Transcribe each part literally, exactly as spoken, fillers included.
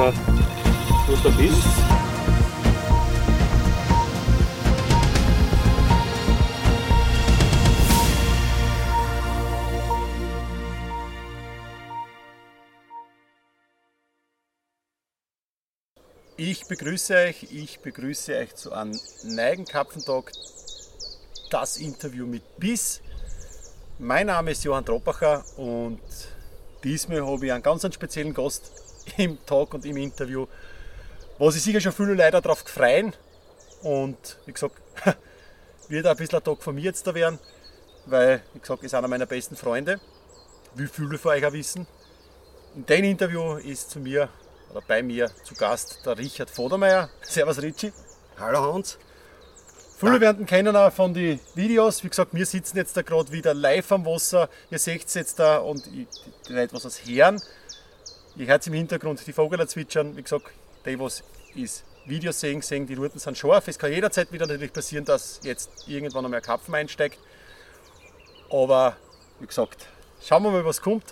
äh, du da bist. Ich begrüße euch, ich begrüße euch zu einem neuen Karpfentag, das Interview mit Biss. Mein Name ist Johann Troppacher und diesmal habe ich einen ganz einen speziellen Gast im Tag und im Interview, wo sich sicher schon viele Leute darauf freuen. Und wie gesagt, wird auch ein bisschen ein Tag von mir jetzt da werden, weil, wie gesagt, ist einer meiner besten Freunde, wie viele von euch auch wissen. In dem Interview ist zu mir oder bei mir zu Gast der Richard Vodermeier. Servus Richie. Hallo Hans. Viele ja. werden ihn kennen auch von den Videos. Wie gesagt, wir sitzen jetzt da gerade wieder live am Wasser. Ihr seht es jetzt da und ich, die Leute, was das hören. Ihr hört im Hintergrund die Vögel zwitschern. Wie gesagt, die, was ist Videos sehen, sehen, die Routen sind scharf. Es kann jederzeit wieder natürlich passieren, dass jetzt irgendwann einmal ein Karpfen einsteigt. Aber wie gesagt, schauen wir mal, was kommt.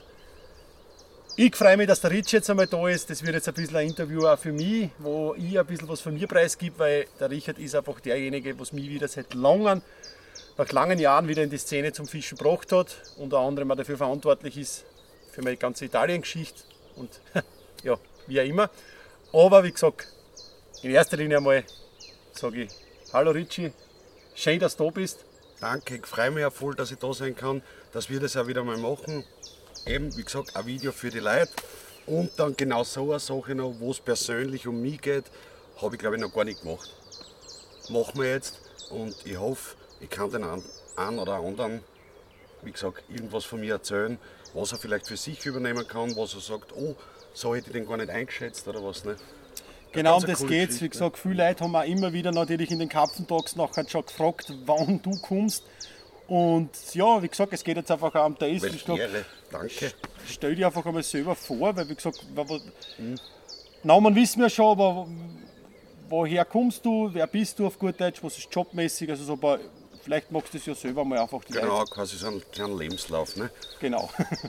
Ich freue mich, dass der Richie jetzt einmal da ist. Das wird jetzt ein bisschen ein Interview auch für mich, wo ich ein bisschen was von mir preisgebe, weil der Richard ist einfach derjenige, was mich wieder seit langen, nach langen Jahren wieder in die Szene zum Fischen gebracht hat. Unter anderem auch dafür verantwortlich ist für meine ganze Italien-Geschichte und ja, wie auch immer. Aber wie gesagt, in erster Linie einmal sage ich, hallo Richie, schön, dass du da bist. Danke, ich freue mich auch voll, dass ich da sein kann, dass wir das auch wieder mal machen. Eben, wie gesagt, ein Video für die Leute und dann genau so eine Sache noch, wo es persönlich um mich geht, habe ich glaube ich noch gar nicht gemacht. Machen wir jetzt und ich hoffe, ich kann den einen oder anderen, wie gesagt, irgendwas von mir erzählen, was er vielleicht für sich übernehmen kann, was er sagt, oh, so hätte ich den gar nicht eingeschätzt oder was nicht. Genau, um das geht es. Wie gesagt, viele Leute haben auch immer wieder natürlich in den Karpfentags nachher schon gefragt, wann du kommst. Und ja, wie gesagt, es geht jetzt einfach auch um das. Ich glaub, danke. Stell dir einfach einmal selber vor, weil wie gesagt, hm. Namen wissen wir schon, aber woher kommst du, wer bist du auf gut Deutsch, was ist jobmäßig, also so, aber vielleicht magst du es ja selber mal einfach die Genau, Leute. quasi so einen kleinen Lebenslauf. Ne? Genau.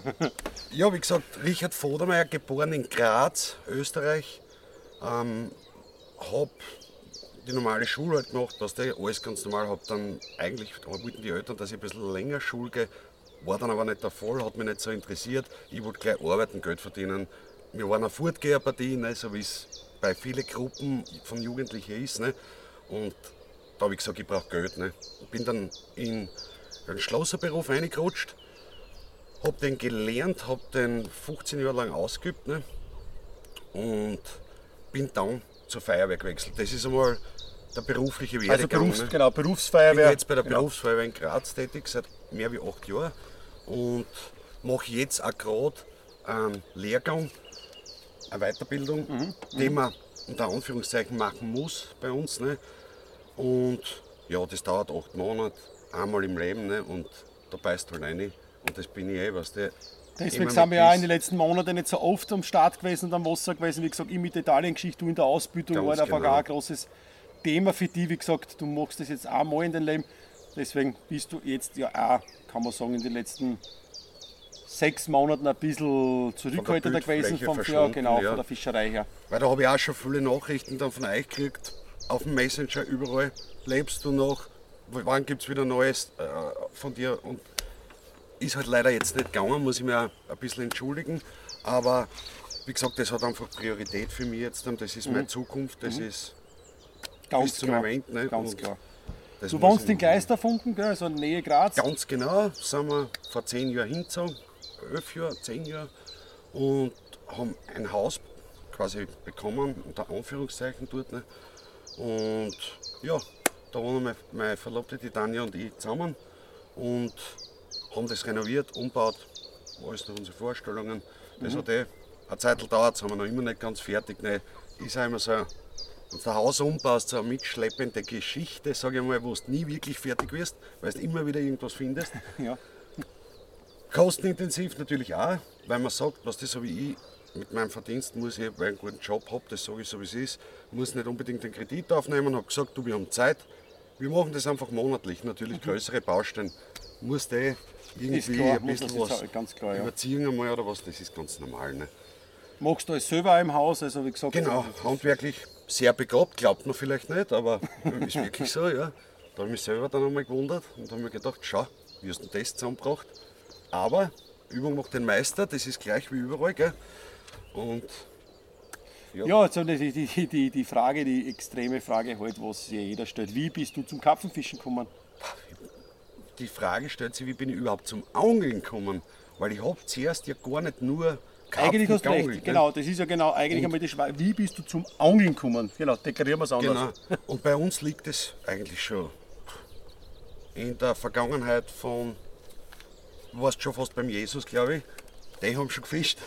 Ja, wie gesagt, Richard Vodermeier, geboren in Graz, Österreich, ähm, hab die normale Schule halt gemacht, was der alles ganz normal, habe dann eigentlich, wollten die Eltern, dass ich ein bisschen länger Schule gehe, war dann aber nicht der Fall, hat mich nicht so interessiert. Ich wollte gleich arbeiten, Geld verdienen. Wir waren eine Fortgeherpartie, ne, so wie es bei vielen Gruppen von Jugendlichen ist. Ne, und da habe ich gesagt, ich brauche Geld. Ne. Bin dann in einen Schlosserberuf reingerutscht, habe den gelernt, habe den fünfzehn Jahre lang ausgeübt, ne, und bin dann zur Feuerwehr gewechselt. Das ist einmal der berufliche Werdegang. Also Berufs-, ne? genau, Berufsfeuerwehr. Ich bin jetzt bei der genau. Berufsfeuerwehr in Graz tätig, seit mehr wie acht Jahren. Und mache jetzt auch gerade einen Lehrgang, eine Weiterbildung, mhm. die man unter Anführungszeichen machen muss bei uns. Ne? Und ja, das dauert acht Monate, einmal im Leben, ne? Und da beißt du halt rein. Und das bin ich eh, was der. Deswegen sind wir ja in den letzten Monaten nicht so oft am Start gewesen und am Wasser gewesen. Wie gesagt, ich mit der Italien-Geschichte, du in der Ausbildung, war einfach genau. auch ein großes Thema für dich. Wie gesagt, du machst das jetzt auch mal in deinem Leben. Deswegen bist du jetzt ja auch, kann man sagen, in den letzten sechs Monaten ein bisschen zurückhaltender gewesen vom, ja, genau, ja. von der Fischerei her. Weil da habe ich auch schon viele Nachrichten dann von euch gekriegt, auf dem Messenger überall. Lebst du noch? Wann gibt es wieder Neues äh, von dir? Und ist halt leider jetzt nicht gegangen, muss ich mir auch ein bisschen entschuldigen. Aber wie gesagt, das hat einfach Priorität für mich jetzt. Das ist meine mhm. Zukunft, das mhm. ist ganz bis zum klar. Moment. Ne? Ganz Und klar. Du wohnst in Geisterfunken, gell? Also Nähe Graz? Ganz genau, sind wir vor zehn Jahren hingezogen, elf Jahre, zehn Jahre. Und haben ein Haus quasi bekommen, unter Anführungszeichen dort. Ne? Und ja, da wohnen meine, meine Verlobte, die Tanja und ich zusammen. Und haben das renoviert, umgebaut, alles nach unseren Vorstellungen. Das mhm. hat eh eine Zeit gedauert, sind wir noch immer nicht ganz fertig. Ne. Ist auch immer so, wenn du ein Haus umbaust, so eine mitschleppende Geschichte, sage ich mal, wo du nie wirklich fertig wirst, weil du immer wieder irgendwas findest. Ja. Kostenintensiv natürlich auch, weil man sagt, was das so wie ich, mit meinem Verdienst muss ich, weil ich einen guten Job habe, das sage ich so wie es ist, muss nicht unbedingt den Kredit aufnehmen, habe gesagt, du, wir haben Zeit, wir machen das einfach monatlich, natürlich mhm. größere Baustellen. Muss der irgendwie klar, ein bisschen was ganz klar, ja. überziehen einmal oder was, das ist ganz normal. Ne? Machst du alles selber auch im Haus? Also wie gesagt, Genau, handwerklich sehr begabt, glaubt man vielleicht nicht, aber ist wirklich so, ja. Da habe ich mich selber dann einmal gewundert und habe mir gedacht, schau, wie hast du das zusammengebracht? Aber Übung macht den Meister, das ist gleich wie überall, gell? Und ja, also die, die, die, die Frage, die extreme Frage halt, was sich jeder stellt. Wie bist du zum Karpfenfischen gekommen? die Frage stellt sich, wie bin ich überhaupt zum Angeln gekommen? Weil ich habe zuerst ja gar nicht nur Karpfen Eigentlich hast du recht, geangelt, ne? genau, das ist ja genau eigentlich einmal die Frage, wie bist du zum Angeln gekommen? Genau, deklarieren wir es anders. Genau. Und bei uns liegt es eigentlich schon in der Vergangenheit von, du warst schon fast beim Jesus, glaube ich, die haben schon gefischt.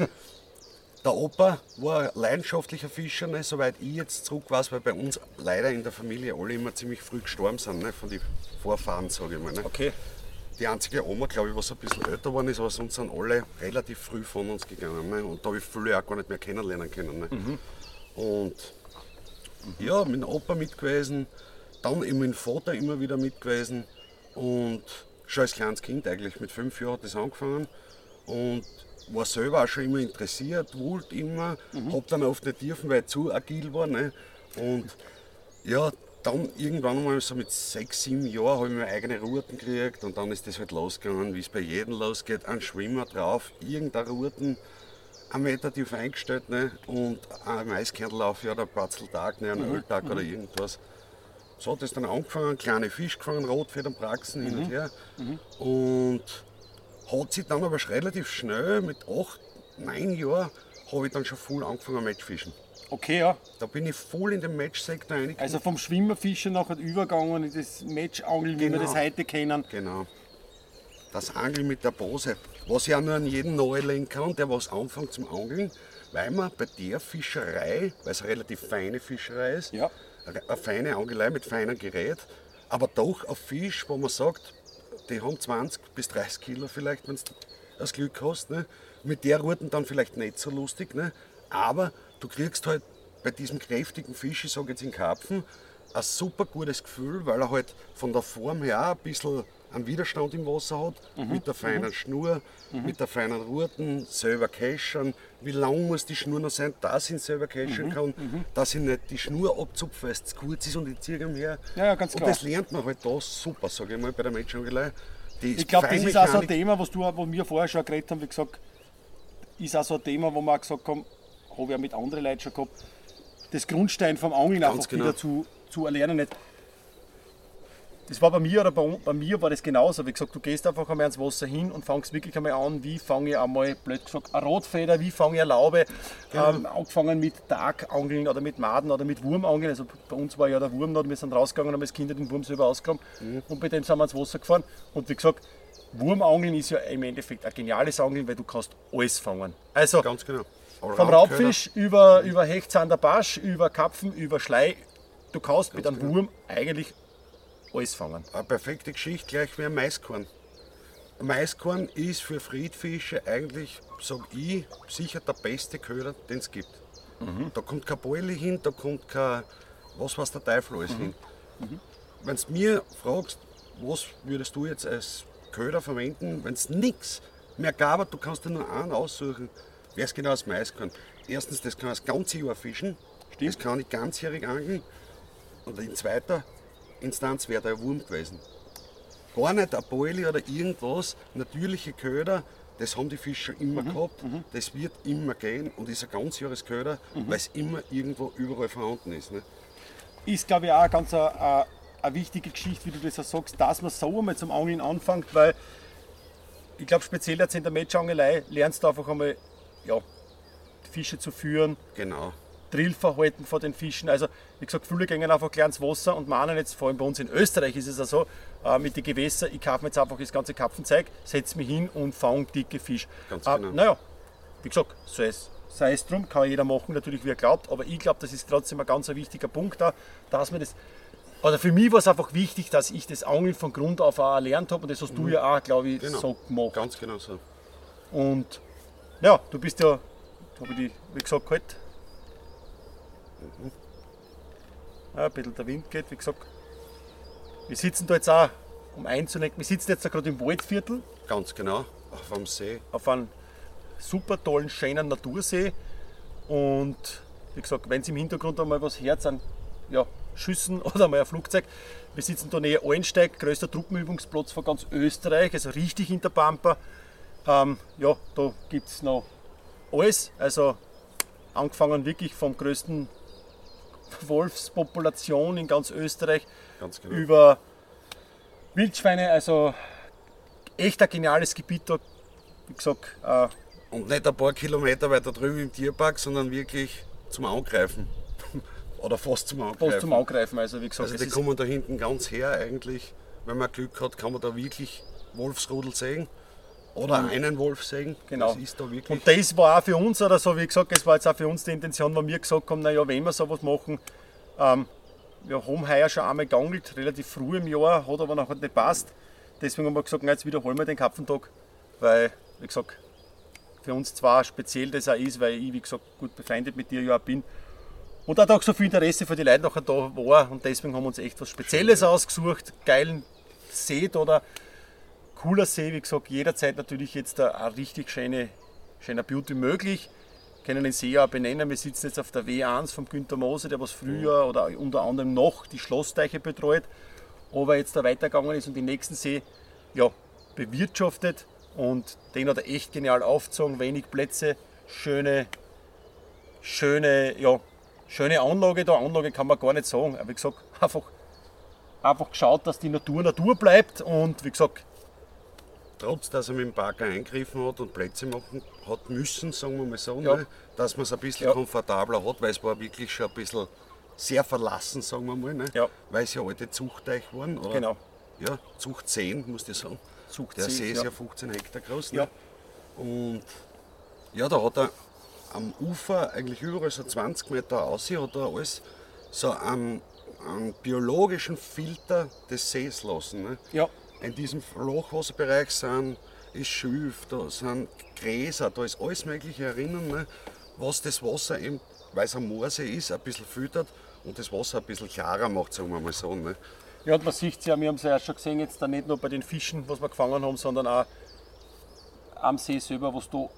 Der Opa war ein leidenschaftlicher Fischer, ne, soweit ich jetzt zurück weiß, weil bei uns leider in der Familie alle immer ziemlich früh gestorben sind, ne, von den Vorfahren, sage ich mal. Ne. Okay. Die einzige Oma, glaube ich, was ein bisschen älter geworden ist, aber sonst sind alle relativ früh von uns gegangen. Ne, und da habe ich viele auch gar nicht mehr kennenlernen können. Ne. Mhm. Und mhm. ja, mit dem Opa mit gewesen, dann eben mit dem Vater immer wieder mit gewesen und schon als kleines Kind eigentlich, mit fünf Jahren hat das angefangen und war selber auch schon immer interessiert, wollte immer, mhm. hab dann oft nicht dürfen, weil ich zu agil war. Ne? Und ja, dann irgendwann mal so mit sechs, sieben Jahren habe ich meine eigene Routen gekriegt und dann ist das halt losgegangen, wie es bei jedem losgeht, ein Schwimmer drauf, irgendeine Routen, ein Meter tief eingestellt, ne? Und ein Maiskernlauf, ja, der Batzeltag, ne? Ein mhm. Öltag mhm. oder irgendwas. So hat es dann angefangen, kleine Fisch gefangen, Rotfedernpraxen mhm. hin und her. Mhm. Und hat sich dann aber relativ schnell, mit acht, neun Jahren, habe ich dann schon voll angefangen Matchfischen. Okay, ja. Da bin ich voll in den Matchsektor reingekommen. Also vom Schwimmerfischen nachher übergegangen in das Matchangeln, wie genau. wir das heute kennen. Genau. Das Angeln mit der Bose, was ich auch nur an jeden nahelegen kann, der was anfängt zum Angeln, weil man bei der Fischerei, weil es eine relativ feine Fischerei ist, ja. eine feine Angelei mit feinem Gerät, aber doch ein Fisch, wo man sagt, die haben zwanzig bis dreißig Kilo vielleicht, wenn du das Glück hast. Ne? Mit der Routen dann vielleicht nicht so lustig, ne? Aber du kriegst halt bei diesem kräftigen Fisch, ich sage jetzt in Karpfen, ein super gutes Gefühl, weil er halt von der Form her auch ein bisschen einen Widerstand im Wasser hat, mhm. mit der feinen mhm. Schnur, mhm. mit der feinen Routen, selber cachern. Wie lang muss die Schnur noch sein, dass ich ihn selber cachern mhm. kann, mhm. dass ich nicht die Schnur abzupfe, weil es zu kurz ist und ich ziehe ihm her. Ja, ja, ganz klar. Und das lernt man halt da super, sage ich mal, bei der Matchangelei. Ich glaube, das ist auch so ein Thema, was, du, wo wir vorher schon geredet haben, wie gesagt, ist auch so ein Thema, wo wir auch gesagt haben, habe ich auch mit anderen Leuten schon gehabt, das Grundstein vom Angeln ganz einfach genau. wieder zu, zu erlernen. Nicht. Das war bei mir oder bei, bei mir war das genauso. Wie gesagt, du gehst einfach einmal ans Wasser hin und fängst wirklich einmal an, wie fange ich einmal, blöd gesagt, eine Rotfeder, wie fange ich eine Laube, genau. ähm, angefangen mit Tagangeln oder mit Maden oder mit Wurmangeln. Also bei uns war ja der Wurm noch, wir sind rausgegangen und haben als Kinder den Wurm selber ausgegraben mhm. und bei dem sind wir ans Wasser gefahren. Und wie gesagt, Wurmangeln ist ja im Endeffekt ein geniales Angeln, weil du kannst alles fangen. Also ganz genau. Vom Raubfisch über, über Hecht, Zander, Barsch, über Karpfen, über Schlei, du kannst ganz mit einem genau. Wurm eigentlich alles fangen. Eine perfekte Geschichte, gleich wie ein Maiskorn. Ein Maiskorn ist für Friedfische eigentlich, sage ich, sicher der beste Köder, den es gibt. Mhm. Da kommt kein Beuli hin, da kommt kein, was weiß der Teufel alles mhm. hin. Mhm. Wenn du mir fragst, was würdest du jetzt als Köder verwenden, wenn es nichts mehr gab, du kannst dir nur einen aussuchen, wäre es genau das Maiskorn. Erstens, das kann ich das ganze Jahr fischen, Stimmt. das kann ich ganzjährig angeln und in zweiter Instanz wäre da ein Wurm gewesen. Gar nicht ein Beuli oder irgendwas, natürliche Köder, das haben die Fischer immer mhm. gehabt, mhm. das wird immer gehen und ist ein ganzjahresköder, mhm. weil es immer irgendwo überall vorhanden ist. Ne? Ist, glaube ich, auch eine ganz eine, eine wichtige Geschichte, wie du das auch sagst, dass man so einmal zum Angeln anfängt, weil ich glaube, speziell jetzt in der Matchangelei lernst du einfach einmal, ja, die Fische zu führen. Genau. Drillverhalten von den Fischen. Also, wie gesagt, viele gehen einfach gleich ins Wasser und meinen jetzt, vor allem bei uns in Österreich ist es auch so, äh, mit den Gewässern, ich kaufe mir jetzt einfach das ganze Karpfenzeug, setze mich hin und fange dicke Fisch. Ganz äh, genau. Naja, wie gesagt, sei es, sei es drum, kann jeder machen, natürlich wie er glaubt, aber ich glaube, das ist trotzdem ein ganz wichtiger Punkt da, dass man das. Oder für mich war es einfach wichtig, dass ich das Angeln von Grund auf auch erlernt habe und das hast mhm. du ja auch, glaube ich, genau. so gemacht. Ganz genau so. Und ja, du bist ja, habe ich die, wie gesagt, gehalten. Mhm. Ja, ein bisschen der Wind geht, wie gesagt. Wir sitzen da jetzt auch, um einzunecken, wir sitzen jetzt gerade im Waldviertel. Ganz genau, auf einem See. Auf einem super tollen, schönen Natursee. Und wie gesagt, wenn Sie im Hintergrund einmal was hört, sind ja, Schüssen oder mal ein Flugzeug. Wir sitzen da näher Allensteig, größter Truppenübungsplatz von ganz Österreich, also richtig hinter Pampa. Ähm, ja, da gibt es noch alles, also angefangen wirklich vom größten Wolfspopulation in ganz Österreich Ganz genau. über Wildschweine, also echt ein geniales Gebiet da, wie gesagt. Äh, Und nicht ein paar Kilometer weiter drüben im Tierpark, sondern wirklich zum Angreifen. Oder fast zum Angreifen. Fast zum Angreifen, also wie gesagt. Also die es kommen da hinten ganz her eigentlich. Wenn man Glück hat, kann man da wirklich Wolfsrudel sehen. Oder einen Wolf sehen. Genau. Das ist da wirklich. Und das war auch für uns, oder so wie gesagt, das war jetzt auch für uns die Intention, wo wir gesagt haben, naja, wenn wir sowas machen, ähm, wir haben heuer schon einmal geangelt, relativ früh im Jahr, hat aber nachher nicht passt. Deswegen haben wir gesagt, na, jetzt wiederholen wir den Kapfentag, weil, wie gesagt, für uns zwar speziell das auch ist, weil ich, wie gesagt, gut befreundet mit dir ja auch bin. Und auch so viel Interesse für die Leute nachher da war und deswegen haben wir uns echt was Spezielles ausgesucht, geilen See oder cooler See, wie gesagt, jederzeit natürlich jetzt ein richtig schöne, schöner Beauty möglich. Wir können den See auch benennen. Wir sitzen jetzt auf der W eins vom Günter Moser, der was früher oder unter anderem noch die Schlossteiche betreut, aber jetzt da weitergegangen ist und den nächsten See ja, bewirtschaftet. Und den hat er echt genial aufgezogen, wenig Plätze, schöne, schöne, ja, schöne Anlage da. Anlage kann man gar nicht sagen. Aber wie gesagt, einfach, einfach geschaut, dass die Natur Natur bleibt und wie gesagt, Trotz, dass er mit dem Park eingegriffen hat und Plätze machen hat müssen, sagen wir mal so, Ja. ne? Dass man es ein bisschen Ja. komfortabler hat, weil es war wirklich schon ein bisschen sehr verlassen, sagen wir mal, ne? Ja. Weil es ja alte Zuchtteich waren. Oder? Genau. Ja, Zuchtzehn, musst du sagen. Zuchtsee, Der See ist ja. ja fünfzehn Hektar groß. Ja. Ne? Und ja, da hat er am Ufer eigentlich überall so zwanzig Meter aussehen, hat er alles so einen, einen biologischen Filter des Sees lassen. Ne? Ja. In diesem Flachwasserbereich sind, ist Schilf, da sind Gräser, da ist alles Mögliche erinnern, ne? Was das Wasser eben, weil es ein Moorsee ist, ein bisschen filtert und das Wasser ein bisschen klarer macht, sagen wir mal so. Ne? Ja, und man sieht es ja, wir haben es ja auch schon gesehen, jetzt da nicht nur bei den Fischen, was wir gefangen haben, sondern auch am See selber, was da,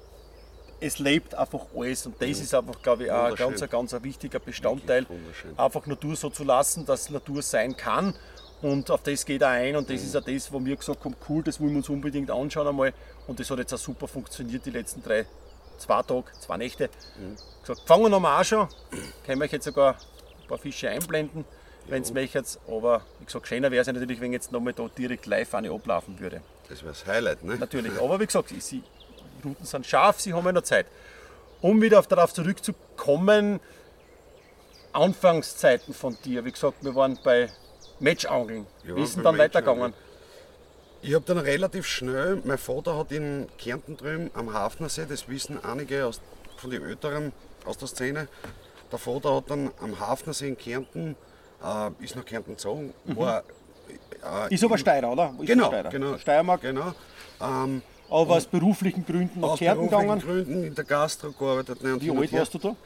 es lebt einfach alles und das ist einfach, glaube ich, auch ein Wunderschön. ganz, ganz ein wichtiger Bestandteil, Wirklich wunderschön. einfach Natur so zu lassen, dass Natur sein kann und auf das geht er ein und das ist auch das, wo wir gesagt haben, cool, das wollen wir uns unbedingt anschauen einmal und das hat jetzt auch super funktioniert, die letzten drei, zwei Tage, zwei Nächte. Gesagt, fangen haben wir auch schon, können wir euch jetzt sogar ein paar Fische einblenden, wenn es möchtet, aber wie gesagt, schöner wäre es ja natürlich, wenn jetzt nochmal da direkt live eine ablaufen würde. Das wäre das Highlight. Ne? Natürlich, aber wie gesagt, sie, die Routen sind scharf, sie haben ja noch Zeit. Um wieder auf, darauf zurückzukommen, Anfangszeiten von dir, wie gesagt, wir waren bei Matchangeln. Ja, Wie ist denn bei dann weitergegangen? Matchangeln. Ich habe dann relativ schnell, mein Vater hat in Kärnten drüben am Hafnersee, das wissen einige aus, von den Älteren aus der Szene, der Vater hat dann am Hafnersee in Kärnten, äh, ist nach Kärnten gezogen, war... Äh, Ist aber Steirer, oder? Ist Genau, Steirer. genau. Steiermark, Genau. Ähm, aber aus beruflichen Gründen nach aus Kärnten beruflichen gegangen. Gründen in der Gastro gearbeitet. Ne, und Wie hin und alt her. warst du da?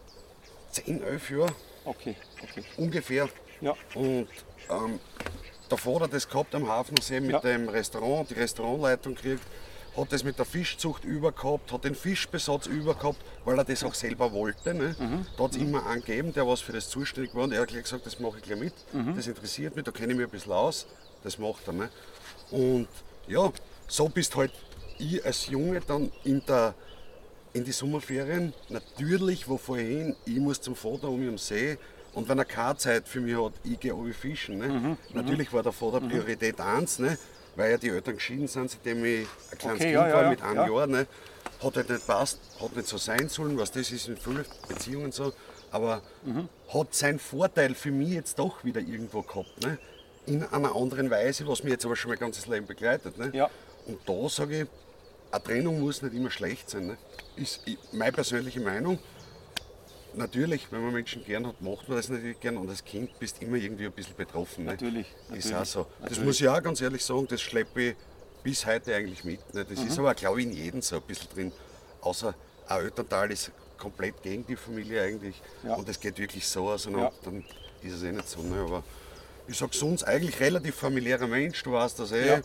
zehn, elf Jahre Okay, okay. ungefähr. Ja. Und ähm, der Vater hat das gehabt am Hafnersee mit Ja. dem Restaurant, die Restaurantleitung gekriegt, hat das mit der Fischzucht über gehabt, hat den Fischbesatz über gehabt, weil er das auch selber wollte. Ne? Mhm. Da hat es immer einen gegeben, der was für das zuständig war und er hat gleich gesagt, das mache ich gleich mit, Mhm. das interessiert mich, da kenne ich mich ein bisschen aus, das macht er. Ne? Und ja, so bist halt ich als Junge dann in der in die Sommerferien, natürlich, wo fahre ich hin? Ich muss zum Vater um mich am See. Und wenn er keine Zeit für mich hat, ich gehe runter fischen. Ne? Mhm, Natürlich war der Vater Priorität eins, ne? Weil ja die Eltern geschieden sind, seitdem ich ein kleines Okay, Kind ja, ja, war, ja, mit einem ja. Jahr. Ne? Hat halt nicht passt, hat nicht so sein sollen, was das ist in vielen Beziehungen so. Aber Mhm. hat seinen Vorteil für mich jetzt doch wieder irgendwo gehabt. Ne? In einer anderen Weise, was mich jetzt aber schon mein ganzes Leben begleitet. Ne? Ja. Und da sage ich, eine Trennung muss nicht immer schlecht sein. Ne? Ist i- meine persönliche Meinung. Natürlich, wenn man Menschen gern hat, macht man das natürlich gern. Und als Kind bist du immer irgendwie ein bisschen betroffen. Ne? Natürlich, Ist natürlich, auch so. Das natürlich. muss ich auch ganz ehrlich sagen, das schleppe ich bis heute eigentlich mit. Ne? Das Mhm. ist aber, glaube ich, in jedem so ein bisschen drin. Außer ein Elternteil ist komplett gegen die Familie eigentlich. Ja. Und es geht wirklich so auseinander, Ja. dann ist es eh nicht so. Ne? Aber ich sage sonst eigentlich relativ familiärer Mensch, du weißt das eh. Ja.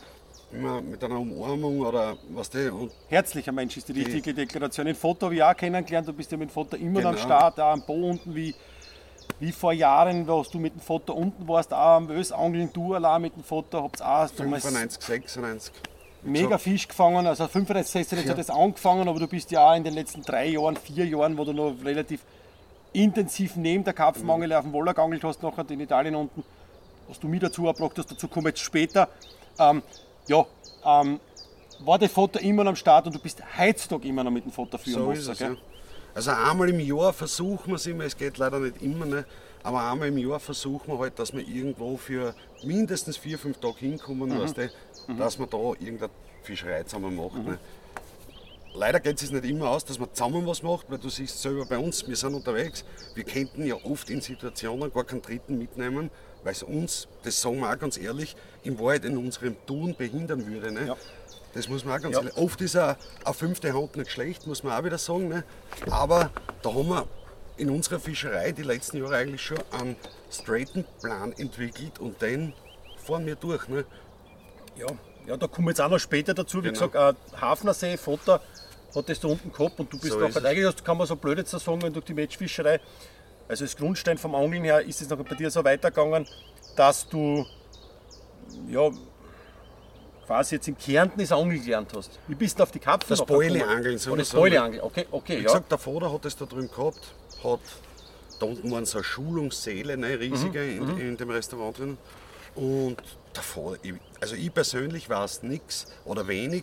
immer mit einer Umarmung oder was die. Und Herzlicher Mensch ist die richtige Deklaration. Ein Foto habe ich auch kennengelernt, du bist ja mit dem Foto immer Genau. am Start, auch am Bo unten, wie, wie vor Jahren, wo du mit dem Foto unten warst, auch am Wösangeln, du allein mit dem Foto, habt auch damals fünfundneunzig, sechsundneunzig. mega Fisch gefangen, also fünfundneunzig, sechsundneunzig hat das angefangen, aber du bist ja auch in den letzten drei Jahren, vier Jahren, wo du noch relativ intensiv neben der Karpfenangel auf dem Woller geangelt hast, nachher in Italien unten, was du mich dazu erbracht hast, dazu komme ich jetzt später. Ähm, ja, ähm, war das Foto immer noch am Start und du bist heutzutage immer noch mit dem Foto für So Wasser, ist es, gell? ja. Also einmal im Jahr versuchen wir es immer, es geht leider nicht immer, ne? Aber einmal im Jahr versuchen wir halt, dass wir irgendwo für mindestens vier, fünf Tage hinkommen, Mhm. weißt du, Mhm. dass wir da irgendeine Fischerei zusammen machen. Mhm. Ne? Leider geht es nicht immer aus, dass man zusammen was macht, weil du siehst selber bei uns, wir sind unterwegs, wir könnten ja oft in Situationen gar keinen Dritten mitnehmen, weil es uns, das sagen wir auch ganz ehrlich, in Wahrheit in unserem Tun behindern würde. Ne? Ja. Das muss man auch ganz Ja. ehrlich. Oft ist eine, eine fünfte Hand nicht schlecht, muss man auch wieder sagen. Ne? Aber da haben wir in unserer Fischerei die letzten Jahre eigentlich schon einen straighten Plan entwickelt und den fahren wir durch. Ne? Ja, ja, da kommen wir jetzt auch noch später dazu. Wie Genau. gesagt, äh, Hafnersee, Foto hat das da unten gehabt und du bist So da ist halt es. eigentlich, kann man so blöd jetzt sagen, wenn durch die Matchfischerei, also als Grundstein vom Angeln her, ist es noch bei dir so weitergegangen, dass du ja quasi jetzt in Kärnten das Angeln gelernt hast. Wie bist du auf die Karpfen Das noch gekommen? Beuleangeln, so Oh, das sagen. Beuleangeln, okay, okay, Wie ja. gesagt, der Vater hat es da drüben gehabt, hat da unten waren so eine Schulungssäle, ne, riesige Mhm, in, in dem Restaurant drin. Und der Vater, ich, also ich persönlich weiß nichts oder wenig,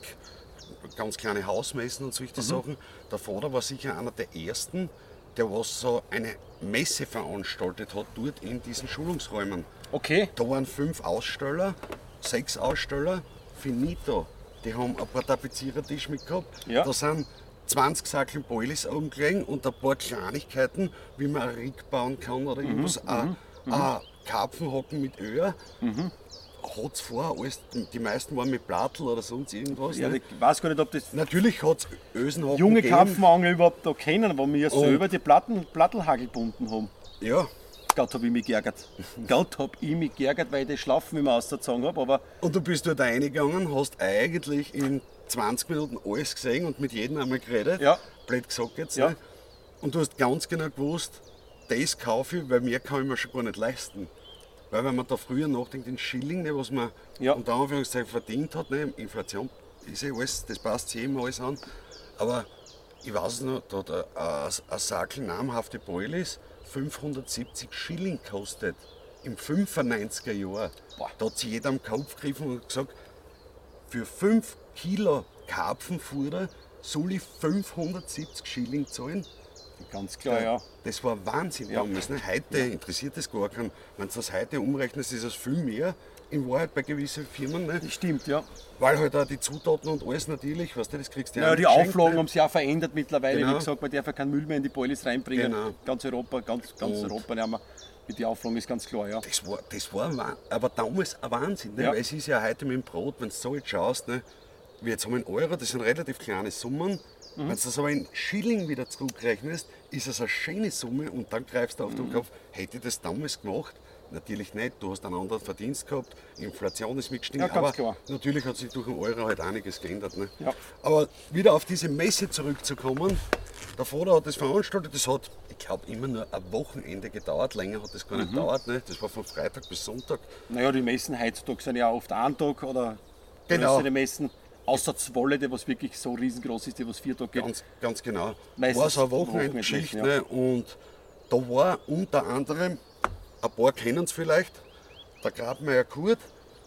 ganz kleine Hausmessen und solche Mhm. Sachen. Der Vater war sicher einer der ersten, der was so eine Messe veranstaltet hat, dort in diesen Schulungsräumen. Okay, Da waren fünf Aussteller, sechs Aussteller, finito. Die haben ein paar Tapezierertisch mitgehabt. Ja. Da sind zwanzig Sackel Boilies oben gelegen und ein paar Kleinigkeiten, wie man ein Rig bauen kann oder irgendwas. Ein, ein Karpfenhocken mit Öhr. Hat es vorher alles, die meisten waren mit Plattel oder sonst irgendwas. ja, ne? ich weiß gar nicht, ob das Natürlich hat es Ösenhocken junge gegeben. Karpfenangler überhaupt da kennen, wo wir ja Und- selber die Platten, Plattelhagel gebunden haben. Ja, Gott hab ich mich geärgert. Gott hab ich mich geärgert, weil ich das Schlafen immer ausgezogen habe. Aber und du bist dort reingegangen, hast eigentlich in zwanzig Minuten alles gesehen und mit jedem einmal geredet. Ja. Blöd gesagt jetzt. Ja. Ne? Und du hast ganz genau gewusst, das kaufe ich, weil mehr kann ich mir schon gar nicht leisten. Weil wenn man da früher nachdenkt, den Schilling, ne, was man Ja. unter Anführungszeichen verdient hat, ne, Inflation ist ja alles, das passt sich immer alles an. Aber ich weiß es noch, da hat ein, ein, ein Sackel namhafte Boilies fünfhundertsiebzig Schilling kostet. Im fünfundneunziger Jahr. Boah. Da hat sich jeder am Kopf gegriffen und gesagt, für fünf Kilo Karpfenfutter soll ich fünfhundertsiebzig Schilling zahlen. ganz klar, ja. Das war Wahnsinn Ja. damals. Ne? Heute interessiert das gar keinen. Wenn du das heute umrechnest, ist es viel mehr in Wahrheit bei gewissen Firmen. Ne? Das stimmt, ja. Weil halt auch die Zutaten und alles natürlich, weißt du, das kriegst du ja Ja, auch die geschenkt, Auflagen ne? haben sich auch verändert mittlerweile. Genau. Wie gesagt, man darf ja keinen Müll mehr in die Boilies reinbringen. Genau. Ganz Europa, ganz, ganz Und- Europa nehmen wir. Mit den Auflagen ist ganz klar, ja. Das war, das war Wah- aber damals ein Wahnsinn. Ne? Ja. Weil es ist ja heute mit dem Brot, wenn du so jetzt schaust, ne? Wie jetzt haben wir in Euro, das sind relativ kleine Summen. Mhm. Wenn du das aber in Schilling wieder zurückrechnest, ist es eine schöne Summe und dann greifst du auf Mhm. den Kopf, hätte ich das damals gemacht? Natürlich nicht, du hast einen anderen Verdienst gehabt, Inflation ist mitgestiegen, Ja, ganz aber klar. natürlich hat sich durch den Euro halt einiges geändert. Ne? Ja. Aber wieder auf diese Messe zurückzukommen, der Vater hat das veranstaltet, das hat, ich glaube, immer nur ein Wochenende gedauert, länger hat das gar Mhm. nicht gedauert, ne? Das war von Freitag bis Sonntag. Naja, die Messen heutzutage sind ja oft ein Tag oder Genau. größere Messen. Außer Zwolle, die was wirklich so riesengroß ist, die was vier Tage geht. Ganz, ganz genau. Meistens War so eine Wochenendgeschichte. Wochenendmessen, Ne? Und da war unter anderem, ein paar kennen es vielleicht, der Grabmeier Kurt,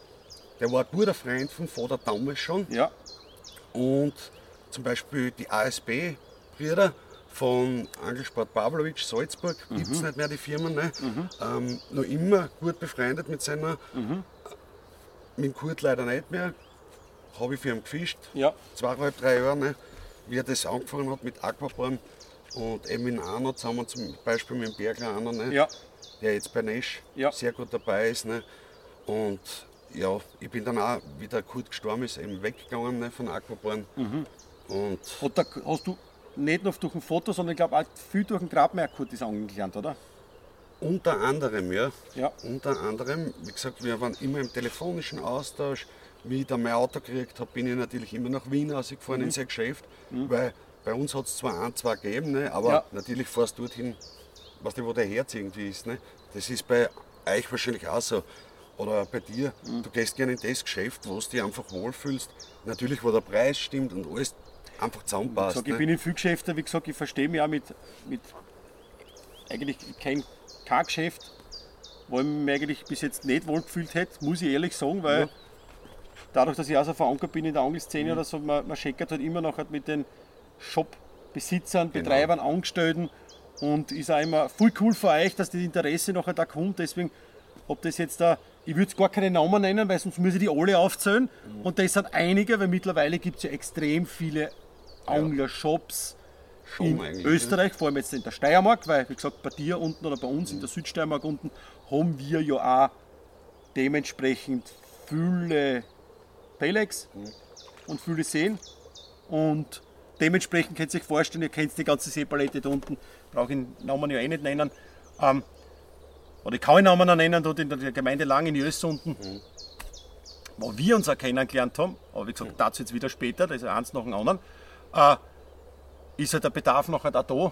der war ein guter Freund vom Vater damals schon. Ja, Und zum Beispiel die A S B-Brüder von Angelsport Pavlovic, Salzburg, gibt es nicht mehr, die Firmen. Ne? Ähm, noch immer gut befreundet mit seiner, mit dem Kurt leider nicht mehr. Habe ich für ihn gefischt, ja. zweieinhalb, drei Jahre, ne? Wie er das angefangen hat mit Aquaporn. Und eben mit Arno zusammen, zum Beispiel mit dem Bergler Arno, ne? Ja. Der jetzt bei Nesch Ja. sehr gut dabei ist. Ne? Und ja, ich bin dann auch, wie der Kurt gestorben ist, eben weggegangen, ne, von Aquaporn. Mhm. Und Hat da, hast du nicht nur durch ein Foto, sondern ich glaube auch viel durch den Grabmerkurt das Angeln gelernt, oder? unter anderem, ja, Ja. unter anderem, wie gesagt, wir waren immer im telefonischen Austausch. wie ich dann mein Auto gekriegt habe, bin ich natürlich immer nach Wien rausgefahren Mhm. in sein Geschäft, Mhm. weil bei uns hat es zwar ein, zwei gegeben, ne, aber Ja. natürlich fährst du dorthin, weißt du, wo der Herz irgendwie ist. Ne? Das ist bei euch wahrscheinlich auch so. Oder bei dir, Mhm. du gehst gerne in das Geschäft, wo du dich einfach wohlfühlst. Natürlich, wo der Preis stimmt und alles einfach Wie zusammenpasst. gesagt, ich Ne? bin in vielen Geschäften, wie gesagt, ich verstehe mich auch mit, mit eigentlich kein, kein Geschäft, wo ich mich eigentlich bis jetzt nicht wohl gefühlt hätte, muss ich ehrlich sagen, weil Ja. dadurch, dass ich auch so verankert bin in der Angelszene oder so, man, man checkert halt immer noch halt mit den Shop-Besitzern, Genau. Betreibern, Angestellten und ist auch immer voll cool für euch, dass das Interesse nachher da kommt, deswegen ob das jetzt da, ich würde gar keine Namen nennen, weil sonst müssen die alle aufzählen und das sind einige, weil mittlerweile gibt es ja extrem viele Anglershops Schon in eigentlich, Österreich, vor allem jetzt in der Steiermark, weil wie gesagt bei dir unten oder bei uns in der Südsteiermark unten haben wir ja auch dementsprechend viele Pelex und viele Seen und dementsprechend könnt ihr euch vorstellen, ihr kennt die ganze Seepalette da unten, brauche ich den Namen ja eh nicht nennen. Ähm, oder ich kann den Namen noch nennen, dort in der Gemeinde Lang in Jöss unten, wo wir uns auch kennengelernt haben, aber wie gesagt, dazu jetzt wieder später, das ist eins nach dem anderen, äh, ist halt der Bedarf nachher auch da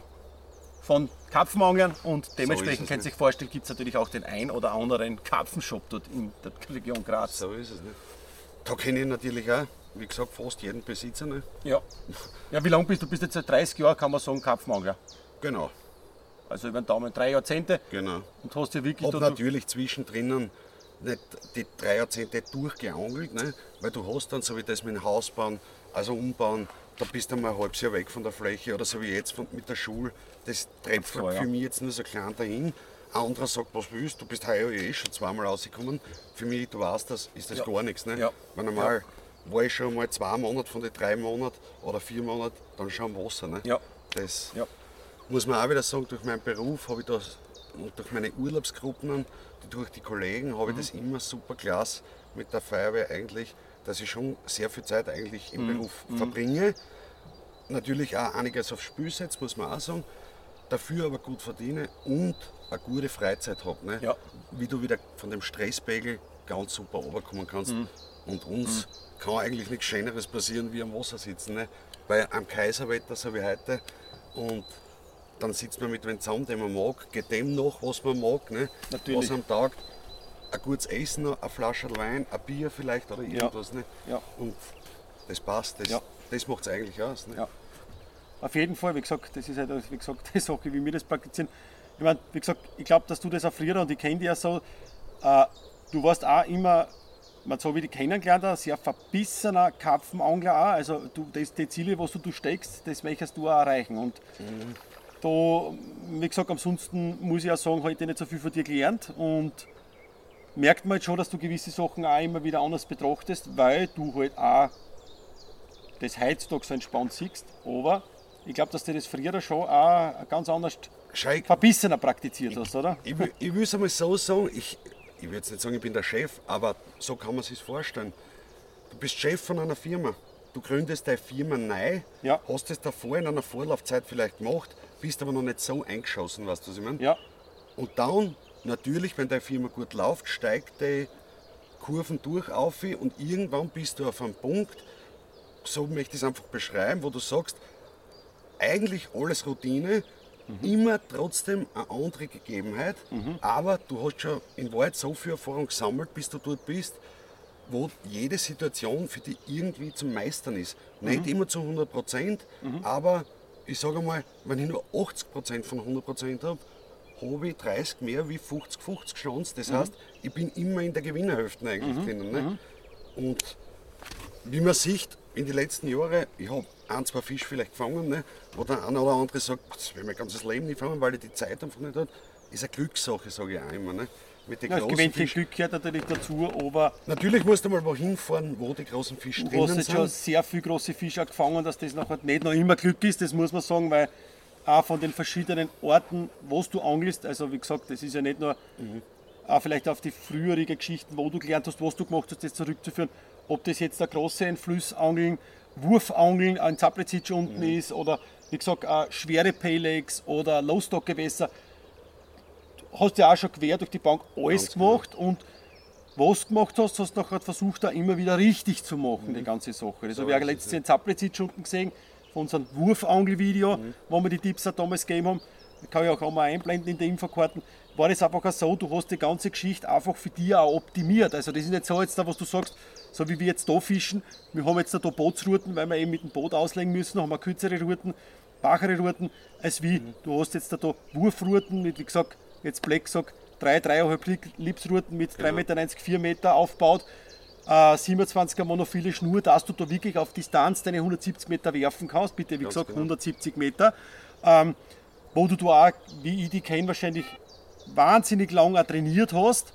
von Karpfenanglern und dementsprechend es, könnt ihr ne? euch vorstellen, gibt es natürlich auch den ein oder anderen Karpfenshop dort in der Region Graz. So ist es. Ne? Da kenne ich natürlich auch, wie gesagt, fast jeden Besitzer. Ne? Ja. Ja, wie lange bist du? Du bist jetzt seit dreißig Jahren, kann man sagen, Karpfenangler. Genau, Also über den Daumen drei Jahrzehnte genau. und hast ja wirklich Hab da- natürlich zwischendrin nicht die drei Jahrzehnte durchgeangelt, ne? Weil du hast dann, so wie das mit dem Haus bauen, also umbauen, da bist du mal ein halbes Jahr weg von der Fläche oder so wie jetzt von, mit der Schule, das treibt So, ja. für mich jetzt nur so klein dahin. Ein anderer sagt, was willst du, bist heuer eh schon zweimal rausgekommen. Für mich, du weißt das, ist das Ja. gar nichts. Ne? Ja. Weil normal war ich schon mal zwei Monate von den drei Monaten oder vier Monaten dann schon am Wasser. Ne? Ja. Das Ja. muss man auch wieder sagen, durch meinen Beruf habe ich das und durch meine Urlaubsgruppen, die- durch die Kollegen, habe ich das immer super klasse mit der Feuerwehr eigentlich, dass ich schon sehr viel Zeit eigentlich im Beruf verbringe. Natürlich auch einiges aufs Spiel setze, muss man auch sagen. Dafür aber gut verdiene und eine gute Freizeit habe. Ne? Ja. Wie du wieder von dem Stresspegel ganz super runterkommen kannst. Und uns kann eigentlich nichts Schöneres passieren, wie am Wasser sitzen. Ne? Bei einem Kaiserwetter, so wie heute. Und dann sitzt man mit wem zusammen, den man mag, geht dem nach, was man mag. Ne? Natürlich. Was am Tag, ein gutes Essen, eine Flasche Wein, ein Bier vielleicht oder irgendwas. Ne? Ja. Und das passt, das, Ja. das macht es eigentlich aus. Ne? Ja. Auf jeden Fall, wie gesagt, das ist halt wie gesagt, die Sache, wie wir das praktizieren. Ich meine, wie gesagt, ich glaube, dass du das auch früher, und ich kenne dich ja so, äh, du warst auch immer, man so wie die kennengelernt hast, sehr verbissener Karpfenangler auch. Also du, das, die Ziele, was du, du steckst, das möchtest du auch erreichen. Und da, wie gesagt, ansonsten muss ich auch sagen, habe ich nicht so viel von dir gelernt und merkt man jetzt schon, dass du gewisse Sachen auch immer wieder anders betrachtest, weil du halt auch das heutzutage so entspannt siehst, aber ich glaube, dass du das früher schon auch ganz anders Schau, ich, verbissener praktiziert hast, oder? ich, will- ich will es einmal so sagen, ich, ich will jetzt nicht sagen, ich bin der Chef, aber so kann man sich vorstellen. Du bist Chef von einer Firma, du gründest deine Firma neu, Ja. hast es davor in einer Vorlaufzeit vielleicht gemacht, bist aber noch nicht so eingeschossen, weißt du, was ich meine? Ja, Und dann, natürlich, wenn deine Firma gut läuft, steigt die Kurven durch auf und irgendwann bist du auf einem Punkt, so möchte ich es einfach beschreiben, wo du sagst, eigentlich alles Routine, immer trotzdem eine andere Gegebenheit, aber du hast schon in Wahrheit so viel Erfahrung gesammelt, bis du dort bist, wo jede Situation für dich irgendwie zum Meistern ist. Nicht immer zu hundert Prozent, aber ich sage mal, wenn ich nur achtzig Prozent von hundert Prozent habe, habe ich dreißig mehr wie fünfzig fünfzig Chance. Das heißt, ich bin immer in der Gewinnerhälfte eigentlich drinnen. Ne? Und wie man sieht, in den letzten Jahren, ich habe ein, zwei Fisch vielleicht gefangen, ne, wo der eine oder andere sagt, das will ich mein ganzes Leben nicht fangen, weil ich die Zeit einfach nicht habe. Ist eine Glückssache, sage ich auch immer. Ne? Mit den ja das großen gewinnt Fischen. Glück gehört natürlich dazu, aber Natürlich musst du mal wohin fahren, wo die großen Fische du hast drinnen jetzt schon sind. sehr viele große Fische auch gefangen, dass das nachher nicht noch immer Glück ist, das muss man sagen, weil auch von den verschiedenen Orten, wo du angelst, also wie gesagt, das ist ja nicht nur auch vielleicht auf die früheren Geschichten, wo du gelernt hast, was du gemacht hast, das zurückzuführen, ob das jetzt der große ein Flussangeln, Wurfangeln, ein Zaplezitsch unten ist oder wie gesagt auch schwere Pelex oder Low-Stock-Gewässer. Du hast ja auch schon quer durch die Bank alles Ganz genau. gemacht und was du gemacht hast, hast du nachher versucht, da immer wieder richtig zu machen, mhm. die ganze Sache. Das so habe ich auch letztens in Zapplitz schon gesehen, von unserem Wurfangelvideo, mhm. wo wir die Tipps auch damals gegeben haben. Das kann ich auch einmal einblenden in den Infokarten. War das einfach auch so, du hast die ganze Geschichte einfach für dich auch optimiert. Also das ist nicht so jetzt da, was du sagst, so wie wir jetzt da fischen. Wir haben jetzt da, da Bootsrouten, weil wir eben mit dem Boot auslegen müssen, haben wir kürzere Routen, bachere Routen, als wie mhm. du hast jetzt da, da Wurfrouten mit, wie gesagt, jetzt Black sagt, drei, dreieinhalb Lipsrouten mit drei Meter neunzig, vier Meter aufgebaut, äh, siebenundzwanziger monophile Schnur, dass du da wirklich auf Distanz deine hundertsiebzig Meter werfen kannst, bitte wie Ganz gesagt genau. hundertsiebzig Meter, ähm, wo du da auch, wie ich die kenne, wahrscheinlich wahnsinnig lang auch trainiert hast,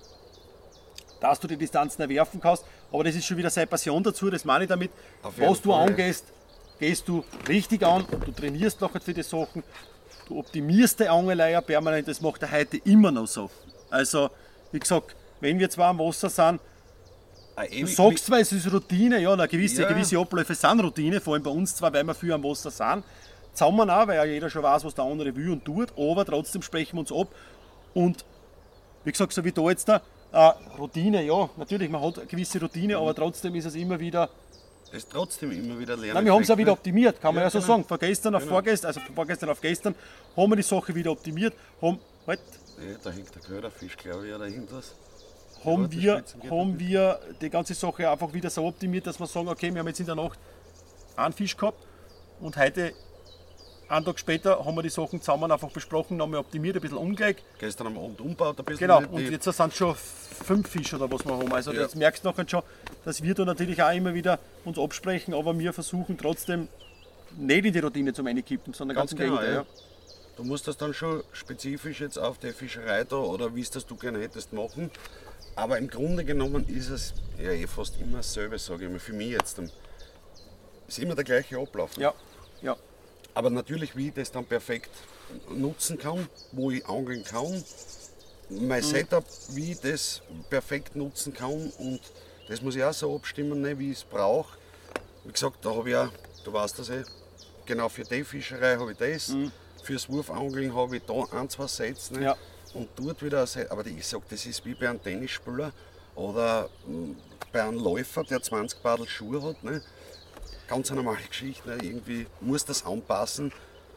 dass du die Distanzen erwerfen kannst, aber das ist schon wieder seine Passion dazu, das meine ich damit, was du Fall. angehst, gehst du richtig an und du trainierst nachher für die Sachen, du optimierst die Angeleier permanent, das macht er heute immer noch so. Also, wie gesagt, wenn wir zwar am Wasser sind, ah, du sagst zwar, es ist Routine, ja, eine gewisse, ja. gewisse Abläufe sind Routine, vor allem bei uns zwar, weil wir viel am Wasser sind, zusammen auch, weil ja jeder schon weiß, was der andere will und tut, aber trotzdem sprechen wir uns ab und wie gesagt, so wie da jetzt da, äh, Routine, ja, natürlich, man hat eine gewisse Routine, mhm. aber trotzdem ist es immer wieder Es ist trotzdem immer wieder lernen. Nein, wir haben es ja wieder optimiert, kann man ja, ja so genau. sagen. Von gestern auf genau. vorgestern, also von vorgestern auf gestern, haben wir die Sache wieder optimiert. Haben, halt, ja, da hängt der Köderfisch, glaube ich, oder irgendwas. Haben, wir, haben wir die ganze Sache einfach wieder so optimiert, dass wir sagen, okay, wir haben jetzt in der Nacht einen Fisch gehabt und heute, einen Tag später, haben wir die Sachen zusammen einfach besprochen, nochmal optimiert, ein bisschen umgelegt. Gestern am Abend umgebaut ein bisschen. Genau, und jetzt sind es schon fünf Fische oder was wir haben. Also ja. jetzt merkst du nachher schon, dass wir da natürlich auch immer wieder uns absprechen, aber wir versuchen trotzdem nicht in die Routine zum Einkippen, sondern ganz, ganz im Gegenteil. Ja. Du musst das dann schon spezifisch jetzt auf die Fischerei da oder wie es das du gerne hättest machen. Aber im Grunde genommen ist es ja eh fast immer dasselbe, sage ich mal, für mich jetzt. Ist immer der gleiche Ablauf. Ja, ja. Aber natürlich, wie ich das dann perfekt nutzen kann, wo ich angeln kann, mein mhm. Setup, wie ich das perfekt nutzen kann und das muss ich auch so abstimmen, ne, wie ich es brauche. Wie gesagt, da habe ich auch, du weißt das eh, genau für die Fischerei habe ich das, mhm. fürs Wurfangeln habe ich da ein, zwei Sets ne, ja. und dort wieder ein Set. Aber ich sage, das ist wie bei einem Tennisspieler oder bei einem Läufer, der zwanzig Badel Schuhe hat. Ne. Ganz eine normale Geschichte, ne? Irgendwie muss das anpassen,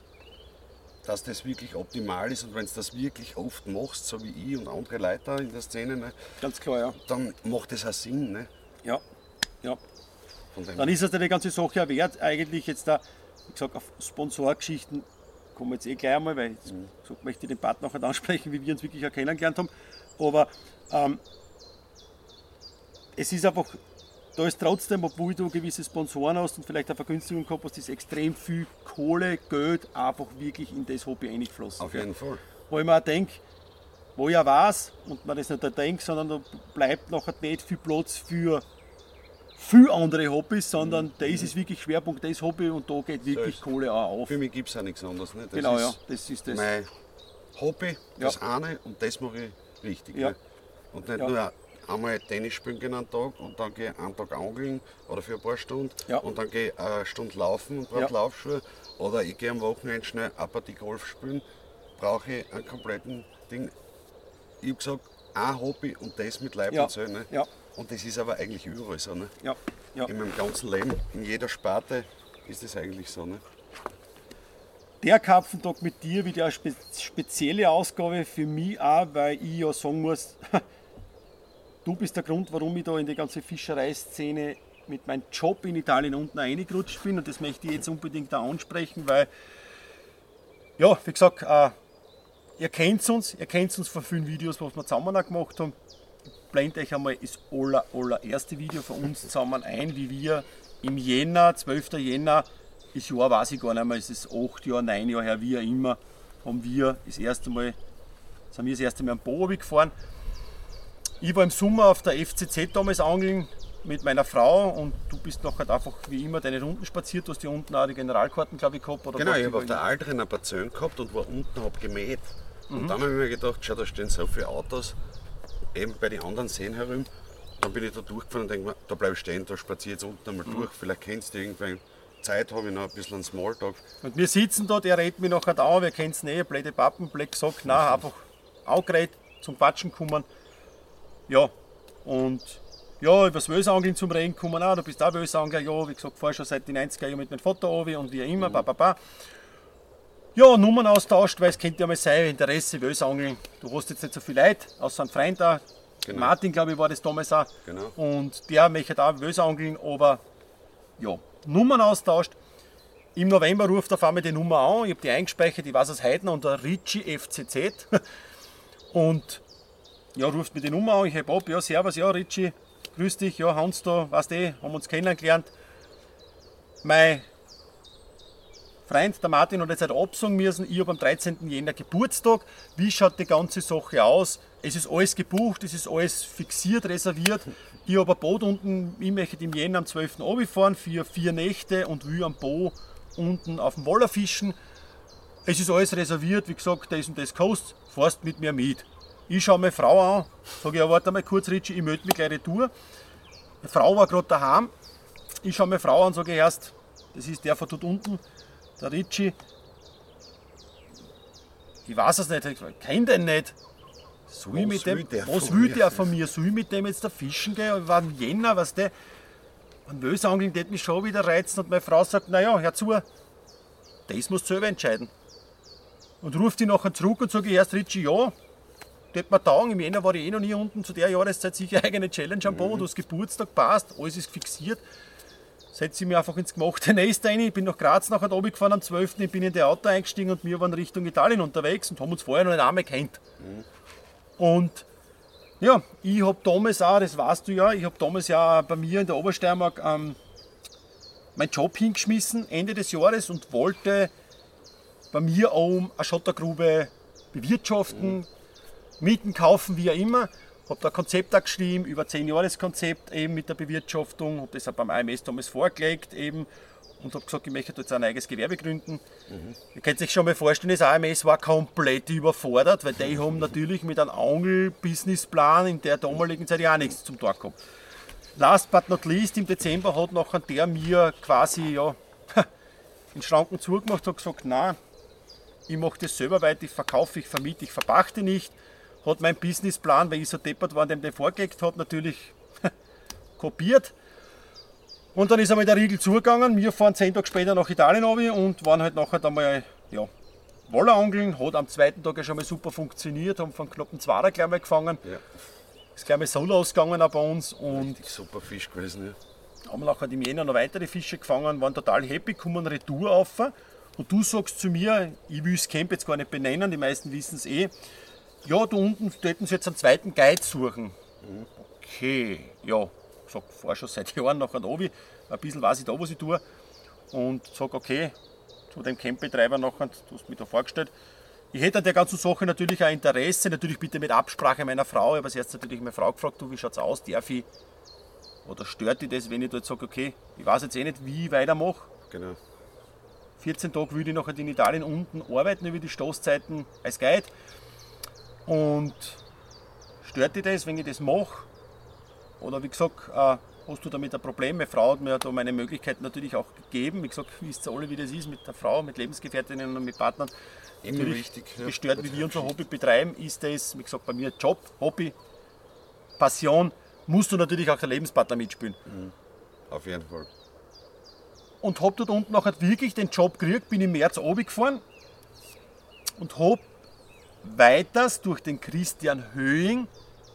dass das wirklich optimal ist und wenn du das wirklich oft machst, so wie ich und andere Leute in der Szene, ne? Ganz klar, ja. Dann macht das auch Sinn. Ne? Ja, ja. Dann ist es die ganze Sache auch wert, eigentlich jetzt da, wie gesagt, auf Sponsorgeschichten kommen wir jetzt eh gleich einmal, weil jetzt mhm. so möchte ich den Part nachher ansprechen, wie wir uns wirklich auch kennengelernt haben, aber ähm, es ist einfach, da ist trotzdem, obwohl du gewisse Sponsoren hast und vielleicht eine Vergünstigung gehabt hast, ist extrem viel Kohle, Geld einfach wirklich in das Hobby eingeflossen. Auf jeden Fall. Wo ich mir auch denke, wo ich auch weiß und man das nicht da denkt, sondern da bleibt nachher nicht viel Platz für viele andere Hobbys, sondern mhm. das ist wirklich Schwerpunkt, das Hobby und da geht wirklich so Kohle auch auf. Für mich gibt es auch nichts anderes. Ne? Das genau, ist ja, das ist das. Mein Hobby, das ja. eine und das mache ich richtig. Ja. Ne? Und nicht ja. nur einmal Tennis spielen gehen einen Tag und dann gehe ich einen Tag angeln oder für ein paar Stunden ja. und dann gehe ich eine Stunde laufen und brauche ja. Laufschuhe oder ich gehe am Wochenende schnell eine Partie Golf spielen, brauche ich einen kompletten Ding. Ich habe gesagt, ein Hobby und das mit Leib ja. und Seele. Ne? Ja. Und das ist aber eigentlich überall so. Ne? Ja. Ja. In meinem ganzen Leben, in jeder Sparte ist das eigentlich so. Ne? Der Karpfentag mit dir wird ja eine spe spezielle Ausgabe für mich auch, weil ich ja sagen muss, du bist der Grund, warum ich da in die ganze Fischereiszene mit meinem Job in Italien unten reingerutscht bin und das möchte ich jetzt unbedingt da ansprechen, weil, ja, wie gesagt, äh, ihr kennt uns, ihr kennt uns von vielen Videos, was wir zusammen auch gemacht haben. Ich blende euch einmal das aller, allererste Video von uns zusammen ein, wie wir im Jänner, zwölften Jänner, das Jahr weiß ich gar nicht mehr, es ist acht Jahre, neun Jahre her, wie auch immer, haben wir das erste Mal, sind wir das erste Mal am Bobi gefahren. Ich war im Sommer auf der F C Z damals angeln mit meiner Frau und du bist nachher einfach wie immer deine Runden spaziert, du hast ja unten auch die Generalkarten, glaube ich, gehabt. Oder genau, ich habe auf der Altrin ein paar Zöhn gehabt und war unten, habe gemäht. Mhm. Und dann habe ich mir gedacht, schau, da stehen so viele Autos, eben bei den anderen Seen herum. Dann bin ich da durchgefahren und denke mir, da bleib ich stehen, da spaziere ich jetzt unten einmal mhm. durch, vielleicht kennst du irgendwann. Zeit habe ich noch ein bisschen einen Smalltalk. Und wir sitzen da, der redet mich nachher da, wir kennen es nicht, blöde Pappen, blöd gesagt, nein, einfach auch geredet, zum Quatschen kommen. Ja, Und ja, über das Wösangeln zum Reden kommen auch, du bist auch Wösangler, ja, wie gesagt, vorher schon seit den neunziger Jahren mit meinem Vater runter und wie immer, mhm. ba, ba, ba. Ja, Nummern austauscht, weil es könnte ja mal sein, Interesse, Wösangeln. Du hast jetzt nicht so viel Leute, außer einem Freund da. Genau. Martin, glaube ich, war das damals auch. Genau. Und der möchte auch Wösangeln, aber ja, Nummern austauscht. Im November ruft auf einmal die Nummer an, ich habe die eingespeichert, ich weiß es heute noch, unter Richie F C Z. Und ja, ruft mir die Nummer an, ich heb ab, ja, servus, ja, Richie, grüß dich, ja, Hans da, weißt du, haben uns kennengelernt. Mein Freund, der Martin, hat jetzt halt absagen müssen, ich habe am dreizehnten Jänner Geburtstag. Wie schaut die ganze Sache aus? Es ist alles gebucht, es ist alles fixiert, reserviert. Ich habe ein Boot unten, ich möchte im Jänner am zwölften runterfahren für vier Nächte und will am Bo unten auf dem Waller fischen. Es ist alles reserviert, wie gesagt, das und das kostet, fährst mit mir mit. Ich schaue meine Frau an, sage ja, warte mal kurz, Richie, ich melde mich gleich retour. Die Frau war gerade daheim. Ich schaue meine Frau an, sage erst, das ist der von dort unten, der Richie. Ich weiß es nicht, ich kenne den nicht. Soll ich mit dem, was will der von mir? Soll ich mit dem jetzt da fischen gehen? War im Jänner, weißt du? Ein Wösangeln, das mich schon wieder reizen. Und meine Frau sagt, naja, hör zu, das musst du selber entscheiden. Und ruft die nachher zurück und sage erst, Richie, ja, das mir taugen. Im Jänner war ich eh noch nie unten, zu der Jahreszeit sicher eigene Challenge am Boot, mhm. Du hast Geburtstag, passt, alles ist fixiert. Setze ich mich einfach ins gemachte Nest rein. Ich bin nach Graz nachher oben gefahren am zwölften Ich bin in das Auto eingestiegen und wir waren Richtung Italien unterwegs und haben uns vorher noch nicht einmal gekannt. Mhm. Und ja, ich habe damals auch, das weißt du ja, ich habe damals ja bei mir in der Obersteiermark ähm, meinen Job hingeschmissen, Ende des Jahres, und wollte bei mir oben eine Schottergrube bewirtschaften, mhm. Mieten kaufen, wie auch immer. Habe da ein Konzept auch geschrieben, über zehn Jahres Konzept eben mit der Bewirtschaftung, habe das auch beim A M S damals vorgelegt eben und habe gesagt, ich möchte jetzt ein eigenes Gewerbe gründen. Mhm. Ihr könnt sich schon mal vorstellen, das A M S war komplett überfordert, weil die haben natürlich mit einem Angel-Businessplan in der damaligen Zeit ja auch nichts zum Tag gehabt. Last but not least, im Dezember hat nachher der mir quasi ja, den Schranken zugemacht und gesagt, nein, ich mache das selber weiter, ich verkaufe, ich vermiete, ich verpachte nicht. Hat mein Businessplan, weil ich so deppert war, dem den vorgelegt hat, natürlich kopiert. Und dann ist einmal der Riegel zugegangen. Wir fahren zehn Tage später nach Italien runter und waren halt nachher einmal ja, Wallerangeln. Hat am zweiten Tag ja schon mal super funktioniert, haben von knapp einem Zwarer gleich mal gefangen. Ja. Ist gleich mal solo ausgegangen auch bei uns. Und richtig super Fisch gewesen, ja. Haben nachher im Jänner noch weitere Fische gefangen, waren total happy, kommen retour rauf. Und du sagst zu mir, ich will das Camp jetzt gar nicht benennen, die meisten wissen es eh. Ja, da unten sollten sie jetzt einen zweiten Guide suchen. Mhm. Okay, ja, ich sag, fahr schon seit Jahren nachher oben, ein bisschen weiß ich da, was ich tue. Und sage, okay, zu dem Campbetreiber nachher, du hast mich da vorgestellt. Ich hätte an der ganzen Sache natürlich auch Interesse, natürlich bitte mit Absprache meiner Frau. Ich habe als erstes natürlich meine Frau gefragt, du, wie schaut es aus, darf ich, oder stört dich das, wenn ich da jetzt sage, okay, ich weiß jetzt eh nicht, wie ich weitermache. Genau. vierzehn Tage würde ich nachher in Italien unten arbeiten über die Stoßzeiten als Guide. Und stört dich das, wenn ich das mache? Oder wie gesagt, äh, hast du damit ein Problem? Meine Frau hat mir da meine Möglichkeiten natürlich auch gegeben. Wie gesagt, wisst ihr alle, wie das ist mit der Frau, mit Lebensgefährtinnen und mit Partnern. Immer natürlich wichtig. Ja, gestört, wie wir unser Hobby betreiben, ist das, wie gesagt, bei mir Job, Hobby, Passion, musst du natürlich auch der Lebenspartner mitspielen. Mhm. Auf jeden Fall. Und habe dort unten nachher wirklich den Job gekriegt, bin im März runtergefahren und habe weiters durch den Christian Höhing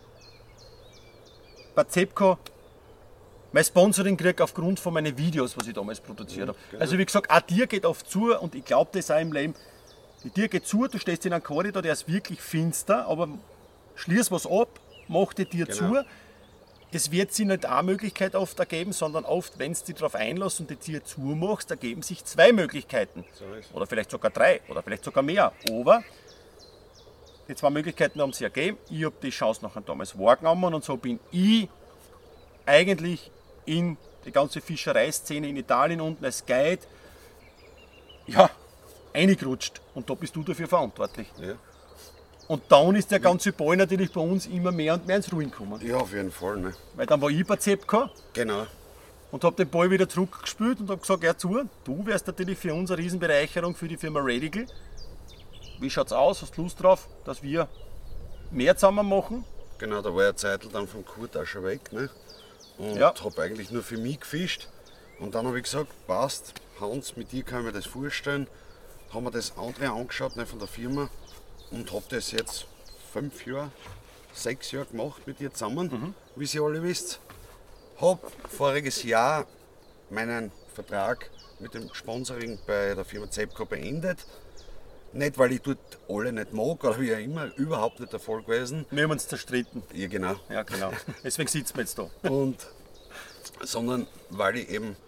bei Zepco mein Sponsoring kriege aufgrund von meinen Videos, was ich damals produziert habe. Ja, also wie gesagt, auch dir geht oft zu, und ich glaube das auch im Leben, dir geht zu, du stehst in einem Korridor, der ist wirklich finster, aber schließ was ab, mach dir dir genau. zu. Es wird sich nicht eine Möglichkeit oft ergeben, sondern oft, wenn du dich darauf einlässt und die Tür zumachst, ergeben sich zwei Möglichkeiten. So ist. Oder vielleicht sogar drei oder vielleicht sogar mehr. Aber die zwei Möglichkeiten haben sich ergeben. Ich habe die Chance nachher damals wahrgenommen und so bin ich eigentlich in die ganze Fischereiszene in Italien unten als Guide ja, reingerutscht. Und da bist du dafür verantwortlich. Ja. Und dann ist der ganze Ball natürlich bei uns immer mehr und mehr ins Ruin gekommen. Ja, auf jeden Fall. Ne? Weil dann war ich bei Zepco. Genau. Und habe den Ball wieder zurückgespielt und habe gesagt, ja zu, du wärst natürlich für uns eine Riesenbereicherung für die Firma Radical. Wie schaut es aus? Hast du Lust drauf, dass wir mehr zusammen machen? Genau, da war ja Zeit dann vom Kurt auch schon weg. Ne? Und Ja. habe eigentlich nur für mich gefischt. Und dann habe ich gesagt, passt, Hans, mit dir kann ich mir das vorstellen. Haben wir das andere angeschaut, ne, von der Firma. Und habe das jetzt fünf Jahre, sechs Jahre gemacht mit dir zusammen, Mhm. wie Sie alle wisst. Habe voriges Jahr meinen Vertrag mit dem Sponsoring bei der Firma Zepco beendet. Nicht, weil ich dort alle nicht mag oder wie auch immer, überhaupt nicht Erfolg gewesen. Wir haben uns zerstritten. Ja, genau. Ja, genau. Deswegen sitzen wir jetzt da. Und, sondern weil ich eben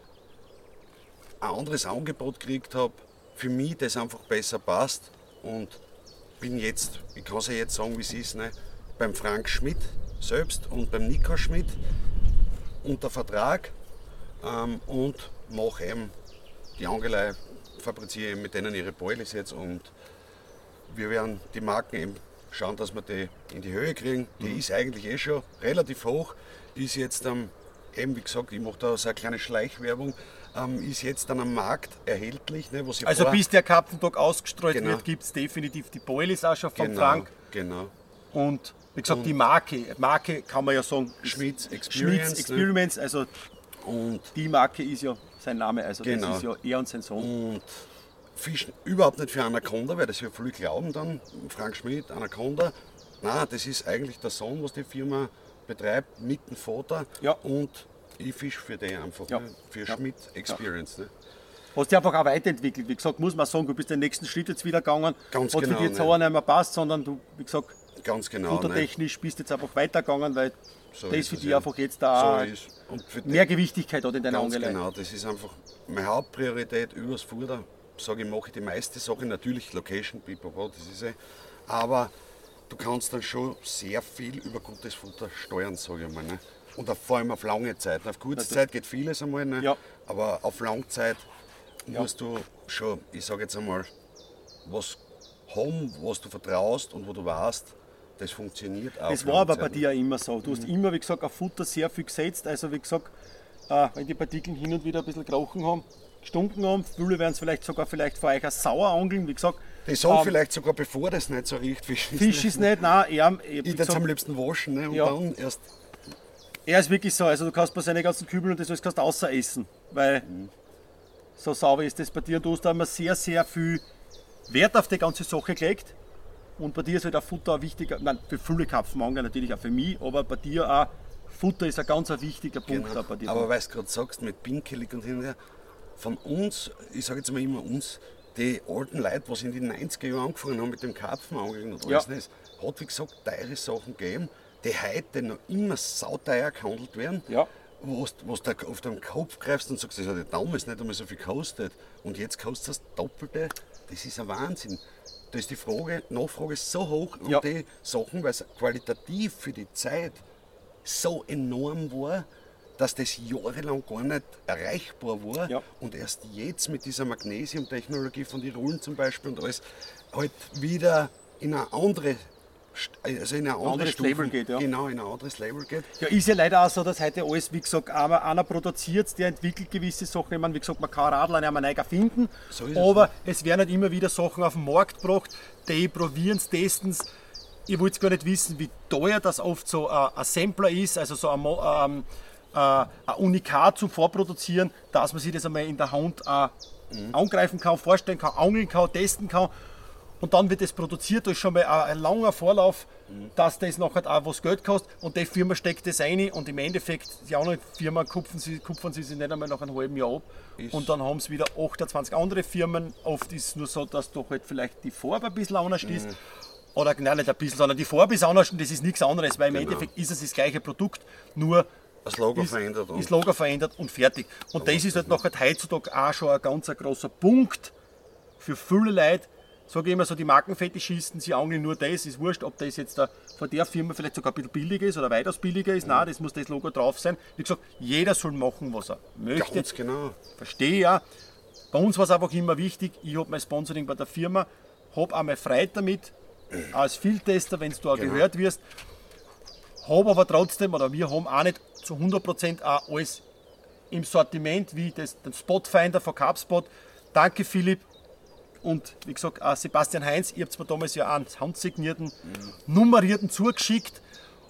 ein anderes Angebot gekriegt habe, für mich das einfach besser passt. Und bin jetzt, ich kann es ja jetzt sagen, wie es ist, ne, beim Frank Schmidt selbst und beim Nico Schmidt unter Vertrag ähm, und mache eben die Angelei, fabriziere eben mit denen ihre Boilies jetzt und wir werden die Marken eben schauen, dass wir die in die Höhe kriegen. Die Mhm. ist eigentlich eh schon relativ hoch, ist jetzt ähm, eben wie gesagt, ich mache da so eine kleine Schleichwerbung, ähm, ist jetzt dann am Markt erhältlich. Ne, was ich Also vor- bis der Karpfentag ausgestreut Genau. wird, gibt es definitiv die Boilies auch schon von genau, Frank. Genau. Und wie gesagt, die Marke, Marke kann man ja sagen, ist Schmitz Experience, Schmitz ne? Experiments, also Und die Marke ist ja sein Name, also Genau. das ist ja er und sein Sohn. Und fischen überhaupt nicht für Anaconda, weil das ja viele glauben dann, Frank Schmidt, Anaconda. Nein, das ist eigentlich der Sohn, was die Firma betreibt, mit dem Vater. Ja. Und ich fische für den einfach, Ja. ne? Für Ja. Schmidt Experience. Ne? Hast dich einfach auch weiterentwickelt. Wie gesagt, muss man sagen, du bist den nächsten Schritt jetzt wieder gegangen. Ganz Hat genau, für dich jetzt ne? auch nicht mehr passt, sondern du, wie gesagt, Ganz genau. Ne? futtertechnisch bist jetzt einfach weitergegangen, weil So das ist für es, dich ja. einfach jetzt da So ist. Und für mehr Gewichtigkeit hat in deiner Ganz Angelei. genau, das ist einfach meine Hauptpriorität übers Futter. Sage ich, mache ich die meiste Sache, natürlich Location, pipapo, das ist eh. Aber du kannst dann schon sehr viel über gutes Futter steuern, sage ich mal. Ne? Und auf, vor allem auf lange Zeit. Auf kurze Zeit geht vieles einmal, ne? Ja. Aber auf Langzeit musst du schon, ich sage jetzt einmal, was haben, was du vertraust und wo du weißt, das funktioniert auch. Das auf war aber lange bei Zeit. dir auch immer so. Du hast Mhm. immer, wie gesagt, auf Futter sehr viel gesetzt. Also wie gesagt, äh, wenn die Partikeln hin und wieder ein bisschen gekrochen haben, gestunken haben, viele werden es vielleicht sogar vielleicht für euch als sauer angeln. Wie gesagt, Die sagen ähm, vielleicht sogar, bevor das nicht so riecht, Fisch ist Fisch ist nicht, nein, er, er, wie Ich würde gesagt, am liebsten waschen, ne? Und Ja. dann erst. er ist wirklich so. Also du kannst bei seine ganzen Kübel und das alles kannst du außer essen, weil so sauber ist das bei dir. Du hast da immer sehr, sehr viel Wert auf die ganze Sache gelegt. Und bei dir ist halt auch Futter ein wichtiger, nein, für viele Karpfenangler natürlich auch für mich, aber bei dir auch, Futter ist ein ganz ein wichtiger Punkt Genau. auch bei dir. Aber weil du gerade sagst, mit Pinkelig und hin und her, von uns, ich sage jetzt mal immer uns, die alten Leute, was in den neunziger Jahren angefangen haben mit dem Karpfenangeln und alles, Ja. das hat wie gesagt teure Sachen gegeben, die heute noch immer sauteuer gehandelt werden. Ja. Wo du auf den Kopf greifst und sagst, das hat ja damals nicht einmal so viel gekostet. Und jetzt kostet es das Doppelte. Das ist ein Wahnsinn. Da ist die Frage, Nachfrage so hoch an Ja. die Sachen, weil es qualitativ für die Zeit so enorm war, dass das jahrelang gar nicht erreichbar war. Ja. Und erst jetzt mit dieser Magnesiumtechnologie von den Rullen zum Beispiel und alles halt wieder in eine andere, also in eine andere anderes Stufe, Label geht, ja. Genau, in ein anderes Label geht. Ja, ist ja leider auch so, dass heute alles, wie gesagt, einer, einer produziert, der entwickelt gewisse Sachen. Ich meine, wie gesagt, man kann Radler nicht mehr neu erfinden, So ist es, aber es werden halt immer wieder Sachen auf den Markt gebracht, die probieren es, testen es. Ich wollte gar nicht wissen, wie teuer das oft so äh, ein Sampler ist, also so ein, Mo- ähm, äh, ein Unikat zum Vorproduzieren, dass man sich das einmal in der Hand äh, Mhm. angreifen kann, vorstellen kann, angeln kann, testen kann. Und dann wird das produziert, da ist schon mal ein, ein langer Vorlauf, Mhm. dass das nachher auch was Geld kostet und die Firma steckt das rein und im Endeffekt, die anderen Firmen kupfen sie, kupfern sie sich nicht einmal nach einem halben Jahr ab Ist- und dann haben sie wieder achtundzwanzig andere Firmen. Oft ist es nur so, dass doch halt vielleicht die Farbe ein bisschen anders ist. Mhm. Oder nein, nicht ein bisschen, sondern die Farbe ist anders und das ist nichts anderes, weil im Genau. Endeffekt ist es das gleiche Produkt, nur Das Logo ist, verändert. und- ist Logo verändert und fertig. Und das ist halt nachher heutzutage auch schon ein ganz ein großer Punkt für viele Leute. Sage ich immer so, die Markenfetischisten, sie angeln nur das, ist wurscht, ob das jetzt da von der Firma vielleicht sogar ein bisschen billiger ist oder weitaus billiger ist. Nein, das muss das Logo drauf sein. Wie gesagt, jeder soll machen, was er möchte. Ganz genau. Verstehe ja. Bei uns war es einfach immer wichtig, ich habe mein Sponsoring bei der Firma, habe auch mal Freude damit, als Fieldtester, wenn du auch Genau. gehört wirst. Habe aber trotzdem, oder wir haben auch nicht zu hundert Prozent auch alles im Sortiment, wie das, den Spotfinder von Carpspot. Danke Philipp und wie gesagt auch Sebastian Heinz, ihr habt mir damals ja einen handsignierten, nummerierten zugeschickt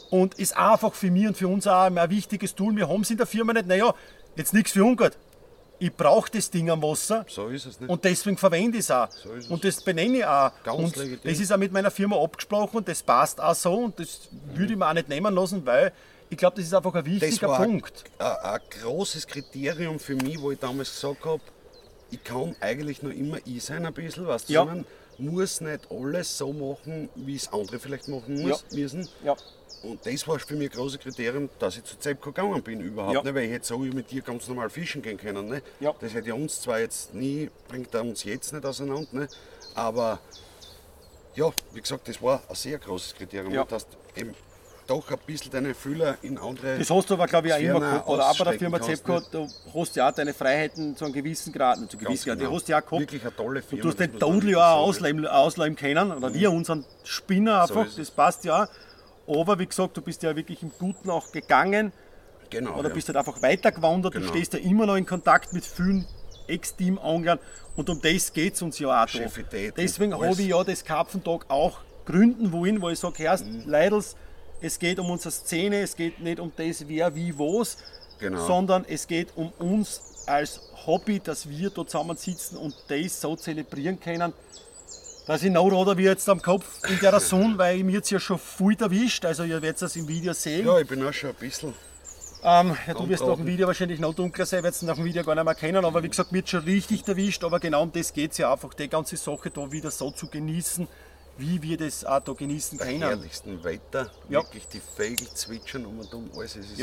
Und ist einfach für mich und für uns auch ein wichtiges Tool. Wir haben es in der Firma nicht, naja, jetzt nichts für ungut. Ich brauche das Ding am Wasser So ist es nicht. und deswegen verwende ich es auch. So ist es. Und das benenne ich auch. Ganz und legitim. das ist auch mit meiner Firma abgesprochen und das passt auch so und das würde ich mir auch nicht nehmen lassen, weil ich glaube, das ist einfach ein Das wichtiger war Punkt. Ein, ein großes Kriterium für mich, wo ich damals gesagt habe, ich kann eigentlich noch immer ich sein ein bisschen, weißt du, Ja. man muss nicht alles so machen, wie es andere vielleicht machen muss, müssen. Ja. Und das war für mich ein großes Kriterium, dass ich zu Zepco gegangen bin überhaupt. Ja. Nicht, weil ich hätte so mit dir ganz normal fischen gehen können. Ne? Ja. Das hätte ja uns zwar jetzt nie, bringt er uns jetzt nicht auseinander, ne? Aber ja, wie gesagt, das war ein sehr großes Kriterium, Ja. dass du eben doch ein bisschen deine Fühler in andere... Das hast du aber, glaube ich, auch immer Sphären gehabt. Oder auch bei der ausstrecken Firma kannst, Zepco, ne? du hast ja auch deine Freiheiten zu einem gewissen Grad, nicht zu einem gewissen Grad, genau. die hast du ja auch gehabt. Wirklich eine tolle Firma. Du hast den das muss man Todel wirklich ja auch sagen. ausleben, ausleben können, oder wir unseren Spinner So einfach, ist es. das passt ja auch. Aber wie gesagt, du bist ja wirklich im Guten auch gegangen Genau, oder ja. bist halt einfach weitergewandert. Genau. Du stehst ja immer noch in Kontakt mit vielen Ex-Team-Anglern und um das geht es uns ja auch da. Chefität Deswegen und alles. habe ich ja das Karpfentag auch gründen wollen, wo ich sage, Herr Mhm. Leidels, es geht um unsere Szene, es geht nicht um das, wer, wie, was, Genau. sondern es geht um uns als Hobby, dass wir da zusammen sitzen und das so zelebrieren können, dass ich noch oder wie jetzt am Kopf in der Sonne, weil ich mir jetzt ja schon viel erwischt, also ihr werdet das im Video sehen. Ja, ich bin auch schon ein bisschen. Ähm, ja, du wirst nach dem Anbraten. Video wahrscheinlich noch dunkler sein, werdet es nach dem Video gar nicht mehr kennen, aber wie gesagt, mir hat schon richtig erwischt, aber genau um das geht es ja einfach, die ganze Sache da wieder so zu genießen, wie wir das auch da genießen Bei können. herrlichsten Wetter, Ja. wirklich die Vögel zwitschern um und um alles. Es ist Ja.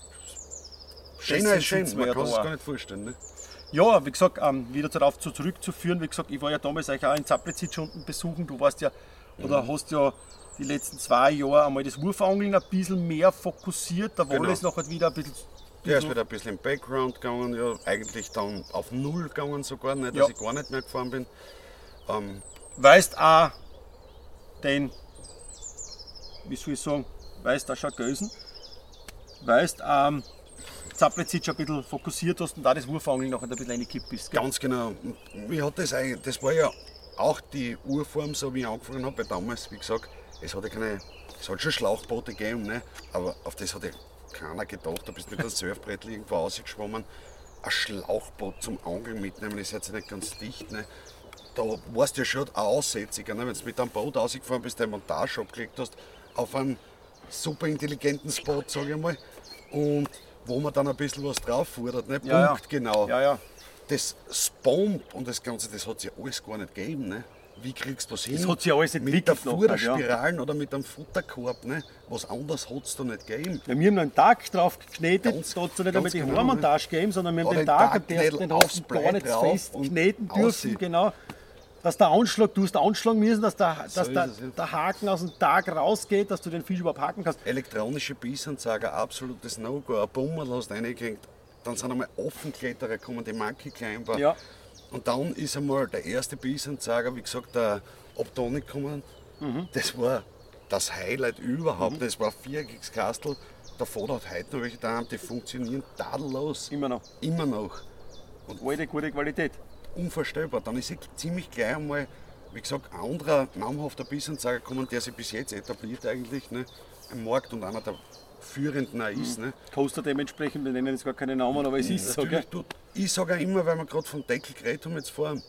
schöner Deswegen als schön, sitzen wir man ja kann es da. gar nicht vorstellen. Ne? Ja, wie gesagt, ähm, wieder darauf zu zurückzuführen, wie gesagt, ich war ja damals euch auch in Zapplitz unten besuchen, du warst ja, oder Mhm. hast ja die letzten zwei Jahre einmal das Wurfangeln ein bisschen mehr fokussiert, der Wolle Genau. ist nachher wieder ein bisschen, Der ist wieder ein bisschen im Background gegangen, ja, eigentlich dann auf Null gegangen sogar, nicht, Ja. dass ich gar nicht mehr gefahren bin. Ähm, weißt auch den, wie soll ich sagen, weißt auch schon Gösen, weißt ähm, Zapplitz ein bisschen fokussiert hast und da das Wurfangeln noch ein bisschen reingekippt bist. Gell? ganz genau. Und Wie hat das eigentlich, das war ja auch die Urform, so wie ich angefangen habe, weil damals, wie gesagt, es hat ja keine, es hat schon Schlauchboote gegeben, ne? Aber auf das hat ja keiner gedacht, du bist mit einem Surfbrett irgendwo rausgeschwommen, ein Schlauchboot zum Angeln mitnehmen, ist jetzt nicht ganz dicht, ne? Da warst du ja schon ein Aussätziger, ne? Wenn du mit einem Boot rausgefahren bist, deine Montage abgelegt hast, auf einen super intelligenten Spot, sage ich mal, und wo man dann ein bisschen was drauf fordert, ne? Ja, ja. Punkt genau. Ja, ja. Das Spomp und das Ganze, das hat es ja alles gar nicht gegeben. Ne? Wie kriegst du das hin? Das hat sich ja alles mit entwickelt der nachher, Futterspiralen oder mit einem Futterkorb. Ne? Was anderes hat es da nicht gegeben. Ja, wir haben noch einen Tag drauf geknetet, Ganz- da hat es nicht ganz einmal die genau, Haarmontage gegeben, sondern wir haben Oder den den Tag am Tagknädel besten den aufs Haufen Blei gar nicht drauf fest und kneten dürfen, aussehen. genau. Dass der Anschlag, du hast anschlagen müssen, dass, der, dass ist der, es, ja. der Haken aus dem Tag rausgeht, dass du den Fisch überhaupt haken kannst. Elektronische Bissanzeiger, absolutes No-Go. Ein Bummel hast du reingekriegt. Dann sind einmal Offenkletterer gekommen, die Monkey Climber. Ja. Und dann ist einmal der erste Bissanzeiger, wie gesagt, der Optonic gekommen. Mhm. Das war das Highlight überhaupt. Das war ein viereckiges Kastel. Davor hat heute noch welche da, die funktionieren tadellos. Immer noch. Immer noch. Alte, gute Qualität. Unvorstellbar. Dann ist ziemlich gleich einmal, wie gesagt, ein anderer namhafter Bissanzeiger gekommen, der sich bis jetzt etabliert eigentlich, ne, im Markt und einer der führenden auch ist. Ne. Kostet dementsprechend, wir nennen jetzt gar keine Namen, aber es ist so, gell? Natürlich, du, ich sage auch immer, weil wir gerade vom Deckel geredet haben jetzt vor,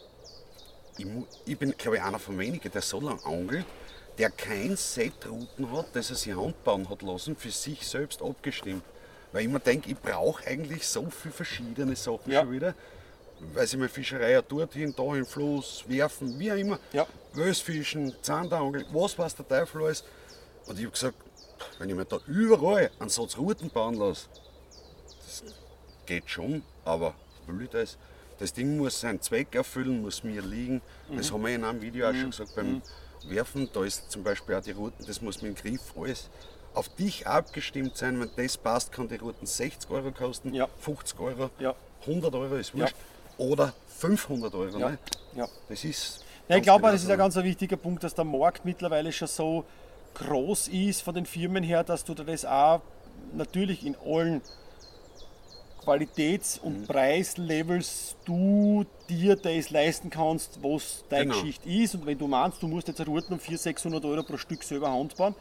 ich, mu- ich bin glaube ich einer von wenigen, der so lange angelt, der kein Set Routen hat, das er sich handbauen hat lassen, für sich selbst abgestimmt. Weil ich mir denke, ich brauche eigentlich so viele verschiedene Sachen Ja. schon wieder, weil sie meine Fischerei ja dorthin, da im Fluss, werfen, wie auch immer, Ja. Wölsfischen, Zahndangeln, was weiß der Teufel alles. Und ich habe gesagt, wenn ich mir da überall einen Satz Routen bauen lasse, das geht schon, aber will ich das? Das Ding muss seinen Zweck erfüllen, muss mir liegen. Das haben wir in einem Video auch schon gesagt beim Werfen. Da ist zum Beispiel auch die Routen, das muss mit dem Griff alles auf dich abgestimmt sein. Wenn das passt, kann die Routen sechzig Euro kosten, Ja. fünfzig Euro, Ja. hundert Euro ist wurscht. Oder fünfhundert Euro. Ja. Ne? Ja. Das ist. Ja, ich ganz glaube, genau das ist so. ein ganz wichtiger Punkt, dass der Markt mittlerweile schon so groß ist von den Firmen her, dass du dir das auch natürlich in allen Qualitäts- und Mhm. Preislevels du dir das leisten kannst, was deine Genau. Geschichte ist. Und wenn du meinst, du musst jetzt eine Route um vierhundert, sechshundert Euro pro Stück selber handbauen,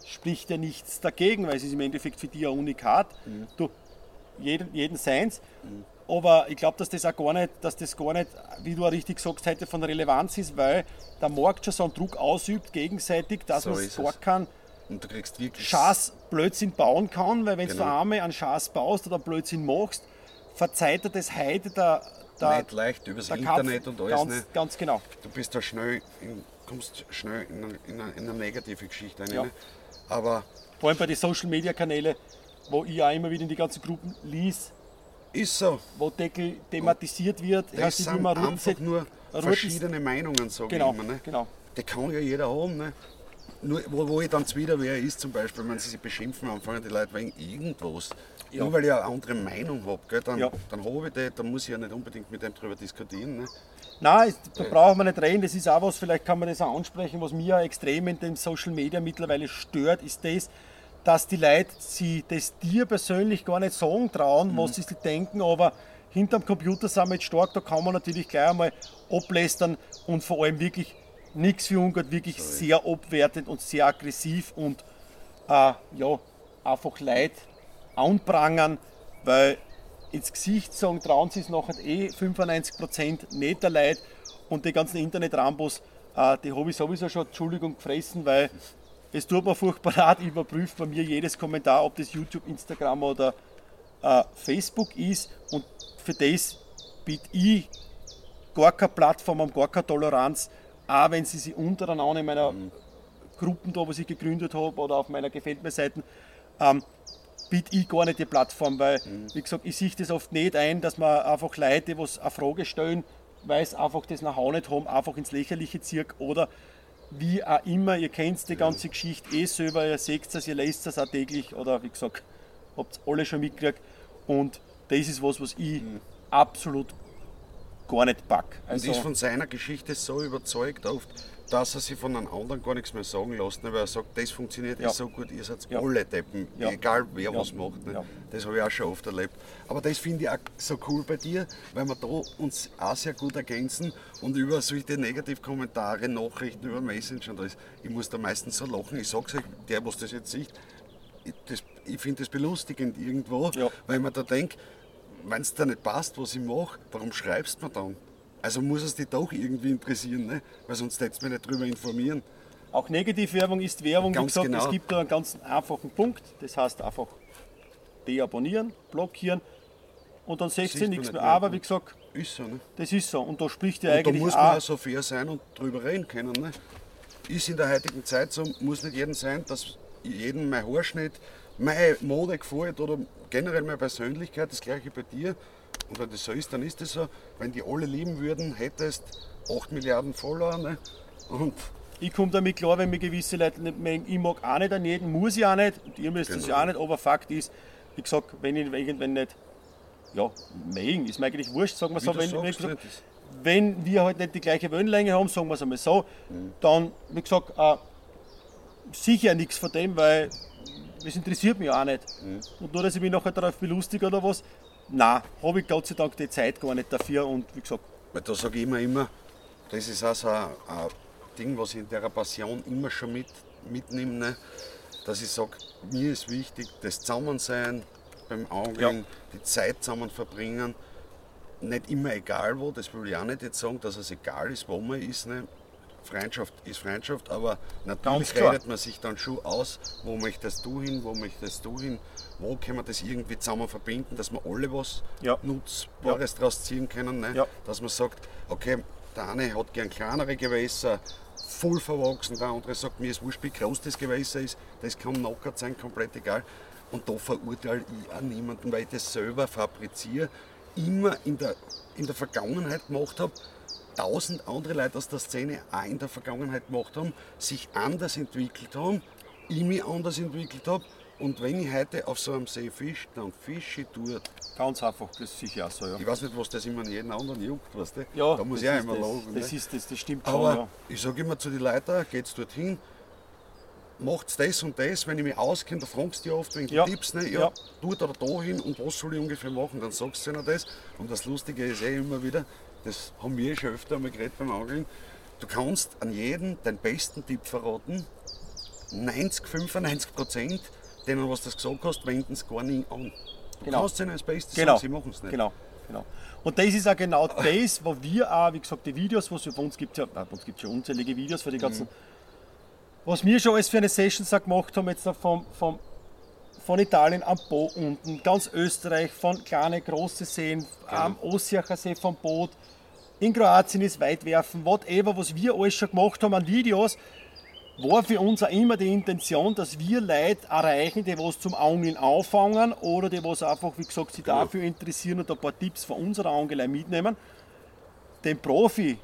spricht ja nichts dagegen, weil es ist im Endeffekt für dich ein Unikat. Mhm. Du, jeden, jeden seins. Mhm. Aber ich glaube, dass das auch gar nicht, dass das gar nicht, wie du auch richtig sagst, heute von Relevanz ist, weil der Markt schon so einen Druck ausübt, gegenseitig, dass So man ist gar es. keinen Und du kriegst wirklich. Schaß Blödsinn bauen kann, weil wenn Genau. du einmal einen Schaß baust oder Blödsinn machst, verzeiht er das heute der, der, Nicht leicht übers der Internet Kopf. und alles. Ganz, Ne? ganz genau. Du bist da schnell, in, kommst schnell in eine, in eine, in eine negative Geschichte rein. Ja. Ne? Aber Vor allem bei den Social Media Kanälen, wo ich auch immer wieder in die ganzen Gruppen lies, ist so. wo Deckel thematisiert wird, Das heißt, ich will sind mal einfach Ruten- nur Ruten- verschiedene Meinungen, sage Genau, ich immer. Ne? genau. Die kann ja jeder haben. Ne? Nur, wo, wo ich dann wieder wer ist, zum Beispiel, wenn sie sich beschimpfen, anfangen die Leute wegen irgendwas. Ja. Nur weil ich eine andere Meinung habe, dann, Ja. dann habe ich die, dann muss ich ja nicht unbedingt mit dem darüber diskutieren. Ne? Nein, es- da brauchen wir nicht reden, das ist auch was, vielleicht kann man das auch ansprechen, was mir extrem in den Social Media mittlerweile stört, ist das, dass die Leute sie das dir persönlich gar nicht sagen trauen, Mhm. was sie sich denken, aber hinterm Computer sind wir jetzt stark, da kann man natürlich gleich einmal ablästern und vor allem wirklich nichts für ungut, wirklich sehr abwertend und sehr aggressiv und äh, ja, einfach Leute anprangern, weil ins Gesicht sagen, trauen sie es nachher eh fünfundneunzig Prozent nicht der Leute und die ganzen Internet-Rambos, äh, die habe ich sowieso schon, Entschuldigung, gefressen, weil es tut mir furchtbar leid, ich überprüfe bei mir jedes Kommentar, ob das YouTube, Instagram oder äh, Facebook ist und für das biete ich gar keine Plattform, und gar keine Toleranz, auch wenn sie sich untereinander in meiner Gruppen da, was ich gegründet habe oder auf meiner Gefällt mir Seiten, ähm, biete ich gar nicht die Plattform, weil, wie gesagt, ich sehe das oft nicht ein, dass man einfach Leute, die was eine Frage stellen, weil sie einfach das Know-how nicht haben, einfach ins Lächerliche zieht oder wie auch immer, ihr kennt die ganze Geschichte eh selber, ihr seht es, ihr lest es auch täglich oder wie gesagt, habt ihr alle schon mitgekriegt und das ist was, was ich absolut gar nicht pack. Und ist von seiner Geschichte so überzeugt oft, dass er sich von einem anderen gar nichts mehr sagen lässt, ne? Weil er sagt, das funktioniert Ja. ist so gut, ihr seid Ja. alle Deppen, Ja. egal wer Ja. was macht. Ne? Ja. Das habe ich auch schon oft erlebt. Aber das finde ich auch so cool bei dir, weil wir da uns auch sehr gut ergänzen und über solche Negativkommentare, Nachrichten über Messenger und alles, ich muss da meistens so lachen, ich sage es euch, der, was das jetzt sieht, ich, das- ich finde das belustigend irgendwo, Ja. weil man da denkt, wenn es dir nicht passt, was ich mache, warum schreibst du mir dann? Also muss es dich doch irgendwie interessieren, ne? Weil sonst hättest du mich nicht darüber informieren. Auch Negativwerbung ist Werbung, wie Ganz gesagt, genau. es gibt da einen ganz einfachen Punkt, das heißt einfach deabonnieren, blockieren und dann seht Siehst ihr du nichts nicht mehr. mehr. Aber wie gesagt, Ist so, ne? das ist so und da spricht ja Und da eigentlich muss man auch, auch so fair sein und drüber reden können, ne? Ist in der heutigen Zeit so, muss nicht jedem sein, dass jedem mein Haarschnitt, meine Mode gefällt oder generell meine Persönlichkeit, das gleiche bei dir. Und wenn das so ist, dann ist das so. Wenn die alle lieben würden, hättest acht Milliarden Follower, ne? Und ich komme damit klar, wenn mir gewisse Leute nicht mögen. Ich mag auch nicht an jeden, muss ich auch nicht und ihr müsst es Genau. ja auch nicht, aber Fakt ist, wie gesagt, wenn ich irgendwann nicht, ja, mögen, ist mir eigentlich wurscht, sagen wir wie so, du wenn, wenn, sagst, gesagt, ne? Das- wenn wir halt nicht die gleiche Wellenlänge haben, sagen wir es einmal so, dann, wie gesagt, äh, sicher nichts von dem, weil das interessiert mich auch nicht. Und nur, dass ich mich nachher darauf belustige oder was, nein, habe ich Gott sei Dank die Zeit gar nicht dafür und wie gesagt, Weil da sage ich immer, immer, das ist auch so ein, ein Ding, was ich in der Passion immer schon mit, mitnehme, ne? Dass ich sage, mir ist wichtig, das Zusammensein beim Angeln, Ja. die Zeit zusammen verbringen. Nicht immer egal wo, das will ich auch nicht jetzt sagen, dass es egal ist, wo man ist. Ne? Freundschaft ist Freundschaft, aber natürlich Ganz klar. redet man sich dann schon aus, wo möchtest du hin, wo möchtest du hin, wo können wir das irgendwie zusammen verbinden, dass wir alle was Ja. Nutzbares daraus ziehen können. Ne? Ja. Dass man sagt, okay, der eine hat gern kleinere Gewässer, voll verwachsen, der andere sagt, mir ist wurscht, wie groß das Gewässer ist, das kann knockert sein, komplett egal. Und da verurteile ich auch niemanden, weil ich das selber fabriziere, immer in der, in der Vergangenheit gemacht habe, tausend andere Leute aus der Szene auch in der Vergangenheit gemacht haben, sich anders entwickelt haben, ich mich anders entwickelt habe. Und wenn ich heute auf so einem See fische, dann fische ich dort. ganz einfach, das ist sicher auch so, ja. Ich weiß nicht, was das immer an jeden anderen juckt, weißt du? Ja, da muss das ich auch ist immer das, lachen. das, ne? ist das, das stimmt schon, Aber ja. ich sage immer zu den Leuten, geht's dorthin, macht's das und das, wenn ich mich auskenne, da fragst du ja oft wegen Ja. die Tipps, ne? Ja, Ja. dort oder dahin und was soll ich ungefähr machen, dann sagst du ihnen das. Und das Lustige ist eh immer wieder, das haben wir schon öfter einmal geredet beim Angeln, du kannst an jeden den besten Tipp verraten, neunzig, fünfundneunzig Prozent, denen was das gesagt hast, wenden es gar nicht an. Du Genau. kannst ihnen das Beste Genau. sagen, sie machen es nicht. Genau, genau. Und das ist auch genau das, wo wir auch, wie gesagt, die Videos, was wir bei uns gibt ja, bei uns gibt ja unzählige Videos für die ganzen, mhm. was wir schon alles für eine Session gemacht haben, jetzt vom, vom, von Italien am Po unten, ganz Österreich, von kleine, große Seen, genau. am Ossiacher See vom Boot, in Kroatien ist Weitwerfen, whatever, was wir alles schon gemacht haben an Videos, war für uns auch immer die Intention, dass wir Leute erreichen, die was zum Angeln anfangen oder die was einfach, wie gesagt, sich genau. dafür interessieren und ein paar Tipps von unserer Angelei mitnehmen. Den Profi,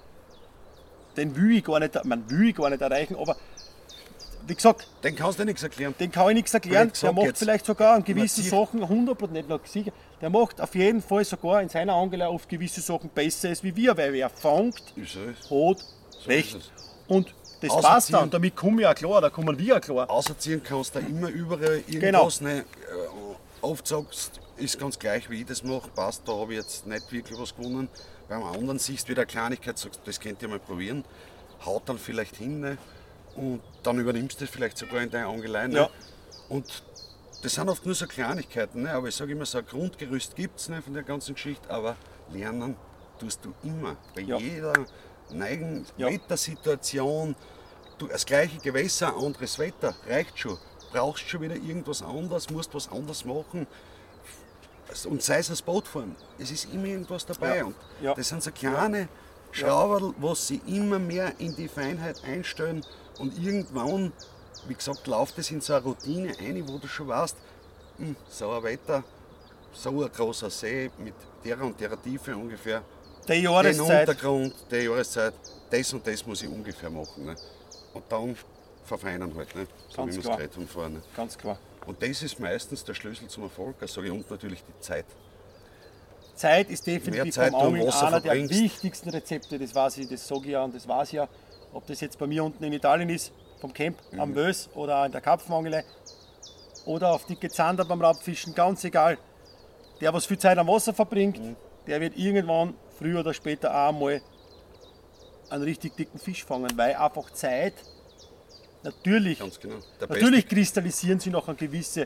den will ich gar nicht, man will ich gar nicht erreichen, aber wie gesagt, den kannst du nichts erklären. Den kann ich nichts erklären. Der macht jetzt. vielleicht sogar an gewissen Sachen hundert Prozent, nicht noch sicher, der macht auf jeden Fall sogar in seiner Angelei oft gewisse Sachen besser als wie wir, weil er fängt, hat, so recht und das Außerziehen. passt dann, damit komme ich auch klar, da kommen wir auch klar. Außerziehen kannst du immer überall irgendwas genau. nicht äh, aufsagst, ist ganz gleich wie ich das mache, passt, da habe ich jetzt nicht wirklich was gewonnen. Beim anderen siehst du wieder eine Kleinigkeit, sagst, das könnt ihr mal probieren, haut dann vielleicht hin ne? Und dann übernimmst du das vielleicht sogar in deine Angelei. Ne? Ja. Und das sind oft nur so Kleinigkeiten, ne? Aber ich sage immer, so ein Grundgerüst gibt es ne, von der ganzen Geschichte, aber lernen tust du immer, bei ja. jeder neuen ja. Wettersituation. Du, das gleiche Gewässer, anderes Wetter, reicht schon. Brauchst schon wieder irgendwas anderes, musst was anderes machen. Und sei es das Bootfahren, es ist immer irgendwas dabei. Ja. Und Ja. das sind so kleine Schrauberl, was sie immer mehr in die Feinheit einstellen. Und irgendwann, wie gesagt, läuft es in so eine Routine ein, wo du schon weißt, mh, so ein Wetter, so ein großer See mit der und der Tiefe ungefähr. Die Den Jahreszeit. Untergrund, die Jahreszeit, das und das muss ich ungefähr machen. Ne? Und dann verfeinern halt, ne? So Ganz wie wir es klar. geredet haben vorhin. Ne? Ganz klar. Und das ist meistens der Schlüssel zum Erfolg, also sage ich, und natürlich die Zeit. Zeit ist Mehr definitiv Zeit beim du am Angeln Wasser einer der verbringst. wichtigsten Rezepte, das weiß ich, das sage ich ja und das weiß ich ja. Ob das jetzt bei mir unten in Italien ist, vom Camp Mhm. am Wös oder auch in der Karpfenangelei oder auf dicke Zander beim Raubfischen, ganz egal. Der, was viel Zeit am Wasser verbringt, Mhm. der wird irgendwann, früher oder später auch einmal einen richtig dicken Fisch fangen, weil einfach Zeit, natürlich, Ganz genau. Der natürlich kristallisieren sie noch an gewisse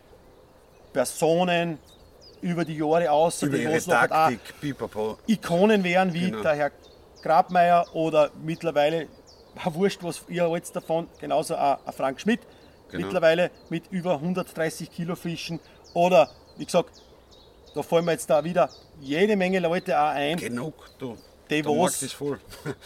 Personen über die Jahre aus, Über die ihre was noch auch Taktik, pipapo. Ikonen wären wie Genau. der Herr Grabmeier oder mittlerweile, wurscht was ihr haltet davon, genauso auch ein Frank Schmidt, Genau. mittlerweile mit über hundertdreißig Kilo Fischen oder wie gesagt, da fallen mir jetzt da wieder jede Menge Leute auch ein, Genug, du. Die der was- Markt ist voll.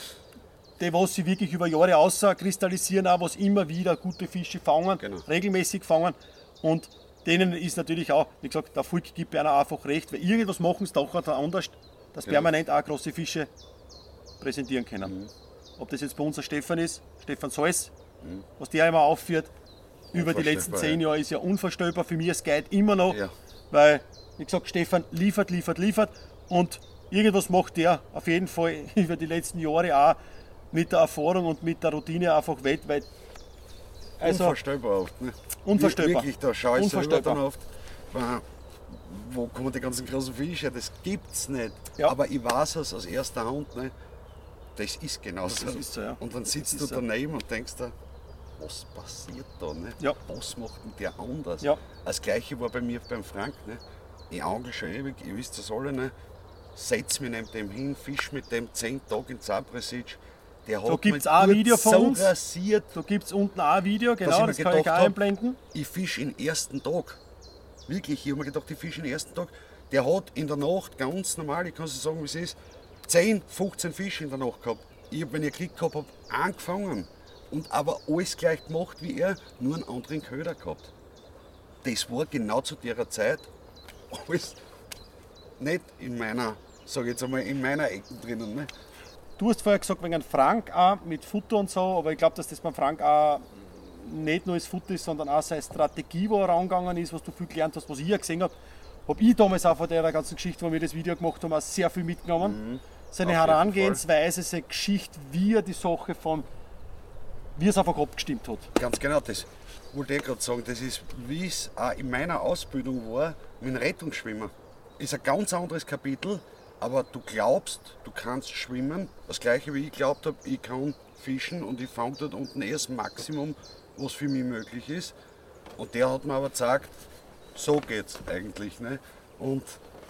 die was sie wirklich über Jahre auskristallisieren, auch was immer wieder gute Fische fangen, Genau. regelmäßig fangen und denen ist natürlich auch, wie gesagt, der Volk gibt einer einfach recht, weil irgendwas machen sie doch dann anders, dass Genau. permanent auch große Fische präsentieren können. Mhm. Ob das jetzt bei uns der Stefan ist, Stefan Salz, was der immer aufführt, über die letzten Unvorstellbar, zehn ja. Jahre ist ja unvorstellbar, für mich als Guide immer noch, Ja. weil, wie gesagt, Stefan liefert, liefert, liefert und irgendwas macht der auf jeden Fall über die letzten Jahre auch mit der Erfahrung und mit der Routine einfach weltweit. Also, Unvorstellbar oft. Ne? Unvorstellbar. Wirklich, da schaue ich selber Unvorstellbar. dann oft, wa- wo kommen die ganzen großen Fische? Das gibt's nicht. Ja. Aber ich weiß es aus erster Hand, ne? Das ist genauso. Das ist so, ja. Und dann sitzt Das du ist so. daneben und denkst dir, was passiert da? Ne? Ja. Was macht denn der anders? Ja. Das gleiche war bei mir beim Frank. Ne? Ich angel schon ewig, ihr wisst das alle. Ne? Setz mich neben dem hin, fisch mit dem zehn Tage in Zabrisic. Der hat gibt's mich auch ein gut Video von so uns. rasiert. da gibt es unten auch ein Video, dass genau, mir das kann ich auch gedacht hab, einblenden. Ich fische den ersten Tag. Wirklich, ich habe mir gedacht, ich fische den ersten Tag. Der hat in der Nacht ganz normal, ich kann es sagen, wie es ist, zehn, fünfzehn Fische in der Nacht gehabt. Ich habe, wenn ich Glück gehabt habe, angefangen und aber alles gleich gemacht wie er, nur einen anderen Köder gehabt. Das war genau zu der Zeit alles nicht in meiner, sage ich jetzt einmal, in meiner Ecke drinnen. Ne? Du hast vorher gesagt, wegen einem Frank auch mit Futter und so, aber ich glaube, dass das beim Frank auch nicht nur das Futter ist, sondern auch seine Strategie, wo er rangegangen ist, was du viel gelernt hast, was ich ja gesehen habe. Habe ich damals auch von der ganzen Geschichte, wo wir das Video gemacht haben, auch sehr viel mitgenommen. Mhm. Seine Auf jeden Herangehensweise, seine Geschichte, wie er die Sache von, wie es einfach abgestimmt hat. Ganz genau, das wollte ich gerade sagen. Das ist, wie es auch in meiner Ausbildung war, mit dem Rettungsschwimmer. Ist ein ganz anderes Kapitel, aber du glaubst, du kannst schwimmen. Das gleiche wie ich glaubt habe, ich kann fischen und ich fange dort unten erst Maximum was für mich möglich ist. Und der hat mir aber gesagt, so geht's eigentlich. Ne? Und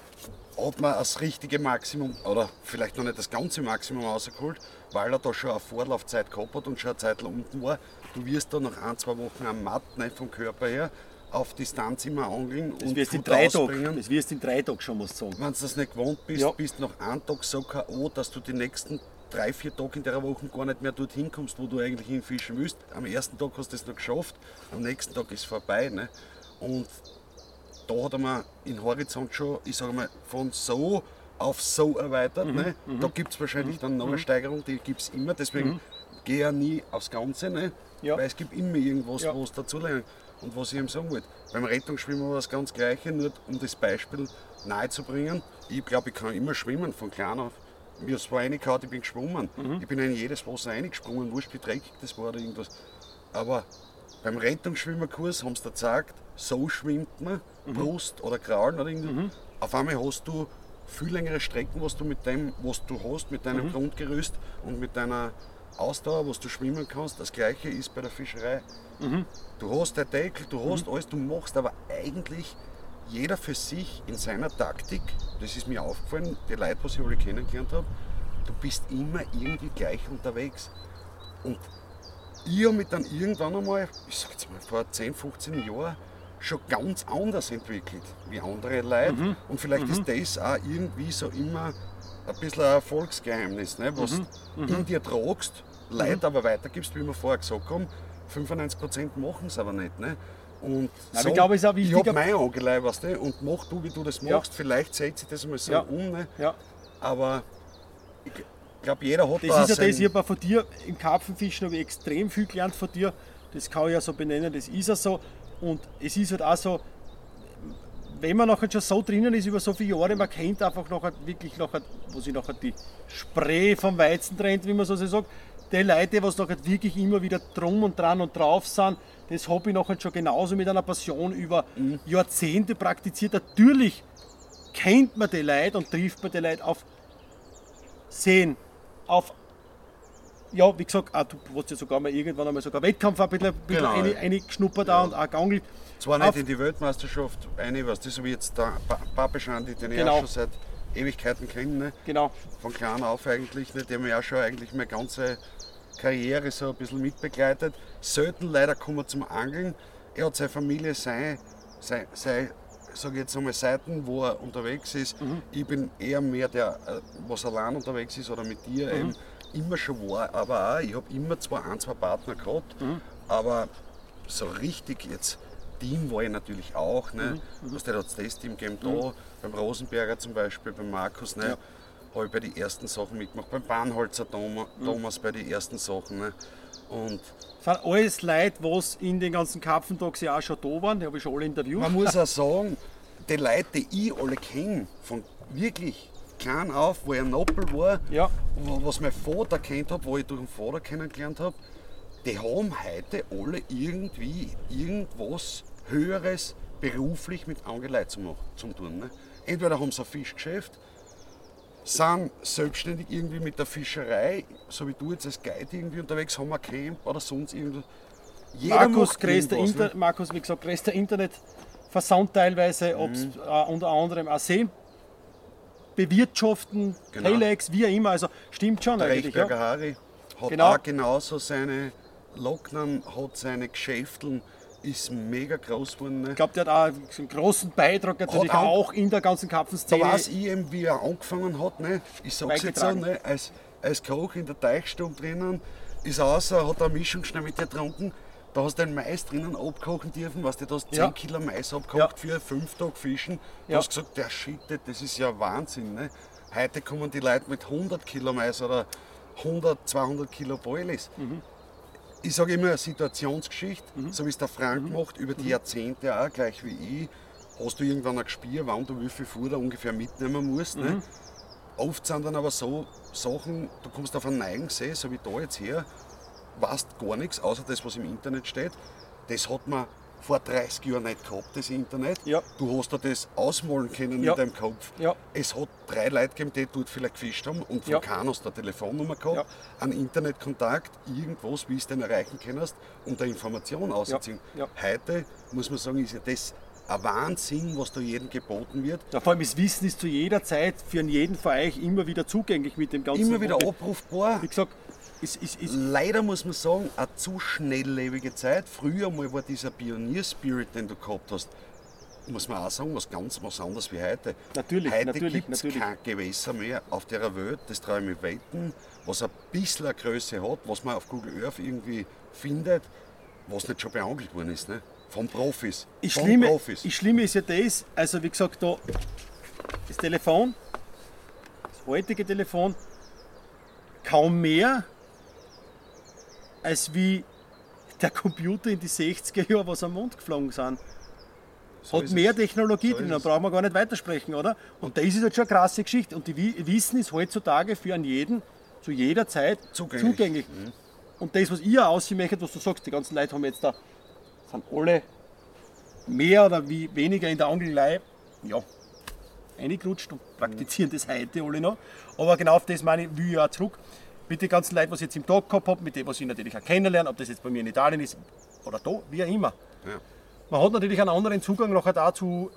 hat mir das richtige Maximum, oder vielleicht noch nicht das ganze Maximum rausgeholt, weil er da schon eine Vorlaufzeit gehabt hat und schon eine Zeit lang unten war. Du wirst da nach ein, zwei Wochen am Matt, ne, vom Körper her, auf Distanz immer angeln Das und wirst in Futter drei ausbringen. Tagen, das wirst in drei Tagen schon, musst du sagen. Wenn du das nicht gewohnt bist, Ja. bist du nach einem Tag so K O, dass du die nächsten drei, vier Tage in der Woche gar nicht mehr dorthin kommst, wo du eigentlich hinfischen willst. Am ersten Tag hast du es noch geschafft, am nächsten Tag ist es vorbei. Ne? Und da hat er mir in Horizont schon, ich sage mal, von so auf so erweitert. Mhm, Ne? Da gibt es wahrscheinlich mhm, dann noch eine mhm. Steigerung, die gibt es immer. Deswegen Mhm. gehe ich ja nie aufs Ganze, ne? Ja. Weil es gibt immer irgendwas, Ja. was dazulernen. Und was ich ihm sagen wollte, beim Rettungsschwimmen war das ganz Gleiche, nur um das Beispiel nahe zu bringen. Ich glaube, ich kann immer schwimmen, von klein auf. Mir ist zwar reingehauen, ich bin geschwommen. Mhm. Ich bin in jedes Wasser reingesprungen, wurscht wie dreckig das war oder irgendwas. Aber beim Rettungsschwimmerkurs haben sie dir gesagt, so schwimmt man, Mhm. Brust oder Krallen oder irgendwas. Auf einmal hast du viel längere Strecken, was du mit dem, was du hast, mit deinem Mhm. Grundgerüst und mit deiner Ausdauer, was du schwimmen kannst. Das Gleiche ist bei der Fischerei. Mhm. Du hast dein Deckel, du hast alles, du machst aber eigentlich jeder für sich in seiner Taktik. Das ist mir aufgefallen, die Leute, die ich alle kennengelernt habe, du bist immer irgendwie gleich unterwegs. Und ich habe mich dann irgendwann einmal, ich sag jetzt mal vor zehn, fünfzehn Jahren, schon ganz anders entwickelt wie andere Leute. Mhm. Und vielleicht ist das auch irgendwie so immer ein bisschen ein Erfolgsgeheimnis, ne? Was Mhm. in dir tragst, Leute aber weitergibst, wie wir vorher gesagt haben. fünfundneunzig Prozent machen es aber nicht. Ne? Und Nein, ich glaube, es ist auch ich wichtiger- habe mein Angelei, weißt du, und mach du, wie du das Ja. machst. Vielleicht setzt sich das einmal so Ja. um. Ne? Ja. Aber ich glaube, jeder hat Das da ist ja sein- das, ich habe auch von dir im Karpfenfischen habe ich extrem viel gelernt von dir. Das kann ich ja so benennen, das ist ja so. Und es ist halt auch so, wenn man nachher schon so drinnen ist über so viele Jahre, man kennt einfach nachher wirklich nachher, wo sich nachher die Spree vom Weizen trennt, wie man so sagt, die Leute, was nachher wirklich immer wieder drum und dran und drauf sind, das habe ich nachher schon genauso mit einer Passion über Jahrzehnte praktiziert. Natürlich kennt man die Leute und trifft man die Leute auf Sehen, auf, ja, wie gesagt, auch, du hast ja sogar mal irgendwann einmal sogar Wettkampf ein bisschen, bisschen Genau, eine, ja. eine geschnuppert da und auch geangelt. Zwar nicht Auf- in die Weltmeisterschaft, eine, was das habe ich jetzt da Papeschandi, den ich Genau. auch schon seit Ewigkeiten kenne, ne? Genau. Von klein auf eigentlich, ne? Der mir auch schon eigentlich meine ganze Karriere so ein bisschen mitbegleitet. Selten leider kommen wir zum Angeln. Er hat seine Familie, seine, seine, seine sag ich jetzt einmal, Seiten, wo er unterwegs ist. Mhm. Ich bin eher mehr der, äh, was allein unterwegs ist oder mit dir Mhm. eben immer schon war. Aber auch, ich habe immer zwar ein, zwei Partner gehabt, Mhm. aber so richtig jetzt Team war ich natürlich auch. Ne? Mhm. Was der hat das Team gegeben da, beim Rosenberger zum Beispiel, beim Markus. Ne? Ja. Habe ich bei den ersten Sachen mitgemacht, beim Bahnholzer Thomas, Mhm. Thomas bei den ersten Sachen. Ne? Und Das sind alles Leute, was in den ganzen Karpfentags ja auch schon da waren, die habe ich schon alle interviewt. man muss auch sagen, die Leute, die ich alle kenne, von wirklich klein auf, wo ich ein Noppel war, Ja. wo- was mein Vater kennt habe, wo ich durch den Vater kennengelernt habe, die haben heute alle irgendwie irgendwas Höheres beruflich mit Angelei zu machen, zum tun. Ne? Entweder haben sie ein Fischgeschäft, sind selbstständig irgendwie mit der Fischerei, so wie du jetzt als Guide irgendwie unterwegs, haben ein Camp oder sonst irgendwas. Jeder Markus, macht größter irgendwas, Inter ne? Mhm. Markus, wie gesagt, größter Internetversand teilweise, ob's, äh, unter anderem auch See, bewirtschaften, Genau. Telex, wie auch immer, also stimmt schon Der eigentlich. Rechberger Ja. Harry hat Genau. auch genauso seine Locknamen, hat seine Geschäfteln, ist mega groß geworden. Ne? Ich glaube, der hat auch einen großen Beitrag natürlich Hat auch- auch in der ganzen Da Karpfenszene. weiß ich eben, wie er angefangen hat. Ne? Ich sag's jetzt so, Beigetragen. ne? als, als Koch in der Teichstube drinnen, ist außer, hat eine Mischung schnell mit dir getrunken. Da hast du den Mais drinnen abkochen dürfen, weißt du, du hast zehn Ja. Kilo Mais abgekocht Ja. für fünf Tage Fischen. Du Ja. hast gesagt, der Shit, das ist ja Wahnsinn. Ne? Heute kommen die Leute mit hundert Kilo Mais oder hundert, zweihundert Kilo Boilies. Mhm. Ich sage immer eine Situationsgeschichte, so wie es der Frank macht, über die Jahrzehnte auch, gleich wie ich. Hast du irgendwann ein Gespür, wann du wie viel Futter ungefähr mitnehmen musst. Ne? Oft sind dann aber so Sachen, du kommst auf einen Neigensee, so wie da jetzt her, weißt gar nichts, außer das, was im Internet steht. Das hat man vor dreißig Jahren nicht gehabt, das Internet. Ja. Du hast dir das ausmalen können Ja. in deinem Kopf. Ja. Es hat drei Leute gegeben, die dort vielleicht gefischt haben und von Ja. keinem hast du eine Telefonnummer gehabt, Ja. einen Internetkontakt, irgendwas, wie du den erreichen kannst und eine Information ausziehen. Ja. Ja. Heute, muss man sagen, ist ja das ein Wahnsinn, was da jedem geboten wird. Ja, vor allem das Wissen ist zu jeder Zeit für jeden von euch immer wieder zugänglich mit dem ganzen. Immer wieder abrufbar. Wie gesagt, ist, ist, ist Leider muss man sagen, eine zu schnelllebige Zeit. Früher mal war dieser Pionier-Spirit, den du gehabt hast, muss man auch sagen, was ganz was anderes wie heute. Natürlich, heute natürlich, gibt es natürlich. kein Gewässer mehr auf der Welt, das traue ich mir wetten, was ein bisschen eine Größe hat, was man auf Google Earth irgendwie findet, was nicht schon beangelt worden ist. Ne? Von Profis. Das Von Schlimme, Profis. das Schlimme ist ja das, also wie gesagt, da das Telefon, das heutige Telefon, kaum mehr als wie der Computer in die sechziger Jahre, was am Mond geflogen sind. So Hat ist mehr es. Technologie So drin, ist da es. brauchen wir gar nicht weitersprechen, oder? Und das ist jetzt schon eine krasse Geschichte. Und die Wi- Wissen ist heutzutage für einen jeden zu jeder Zeit Zugänglich. zugänglich. Und das, was ihr aussehen möchtet, was du sagst, die ganzen Leute haben jetzt da, sind alle mehr oder wie weniger in der Angelei, ja, reingerutscht und praktizieren das heute alle noch. Aber genau auf das meine ich, will ich auch zurück. Mit den ganzen Leuten, was ich jetzt im Tag gehabt habe, mit dem, was ich natürlich auch kennenlerne, ob das jetzt bei mir in Italien ist oder da, wie auch immer. Ja. Man hat natürlich einen anderen Zugang nachher dazu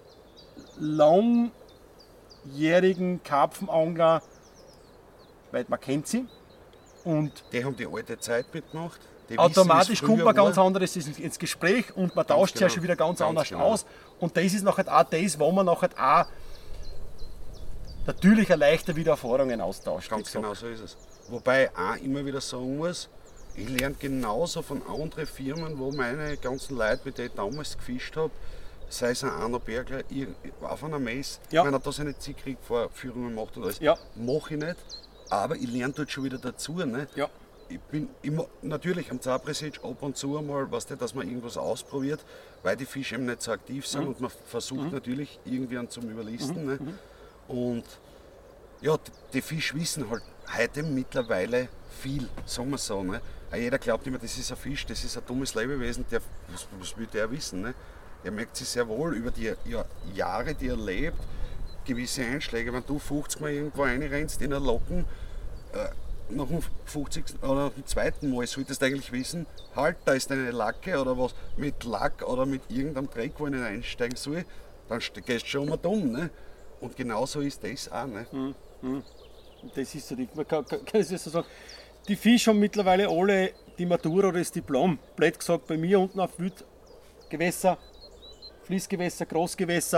langjährigen Karpfenangler, weil man kennt sie. Und Die haben die alte Zeit mitgemacht. Die automatisch wissen, wie's kommt früher man ganz war. anderes ins ins Gespräch und man tauscht sich ja genau. schon wieder ganz, Ganz anders genau. aus. Und das ist nachher auch das, wo man nachher auch natürlich auch leichter wieder Erfahrungen austauscht. wie Ganz gesagt. genau so ist es. Wobei ich auch immer wieder sagen muss, ich lerne genauso von anderen Firmen, wo meine ganzen Leute, mit denen ich damals gefischt habe, sei es ein Arno Bergler, ich, auf einer Messe, Ja. wenn er da seine Zielkriegvorführungen macht und alles, Ja. mache ich nicht, aber ich lerne dort schon wieder dazu. Ne? Ja. Ich bin immer, natürlich am Zahnpressage ab und zu einmal, weißt du, dass man irgendwas ausprobiert, weil die Fische eben nicht so aktiv sind und man versucht natürlich irgendwie einen zum Überlisten. Ne? Und ja, die- die Fische wissen halt heute mittlerweile viel, sagen wir so. Ne? Auch jeder glaubt immer, das ist ein Fisch, das ist ein dummes Lebewesen, der, was, was will der wissen? Ne? Der merkt sich sehr wohl über die ja, Jahre, die er lebt, gewisse Einschläge. Wenn du fünfzig Mal irgendwo reinrennst in einen Locken, äh, nach dem fünfzigsten oder nach dem zweiten Mal solltest du eigentlich wissen, halt, da ist eine Lacke oder was mit Lack oder mit irgendeinem Dreck, wo ich nicht einsteigen soll, dann st- gehst du schon mal dumm. Ne? Und genauso ist das auch. Ne? Und das ist so, die, man kann, kann kann es so sagen, die Fische haben mittlerweile alle die Matura oder das Diplom. Blöd gesagt, bei mir unten auf Wildgewässer, Fließgewässer, Großgewässer,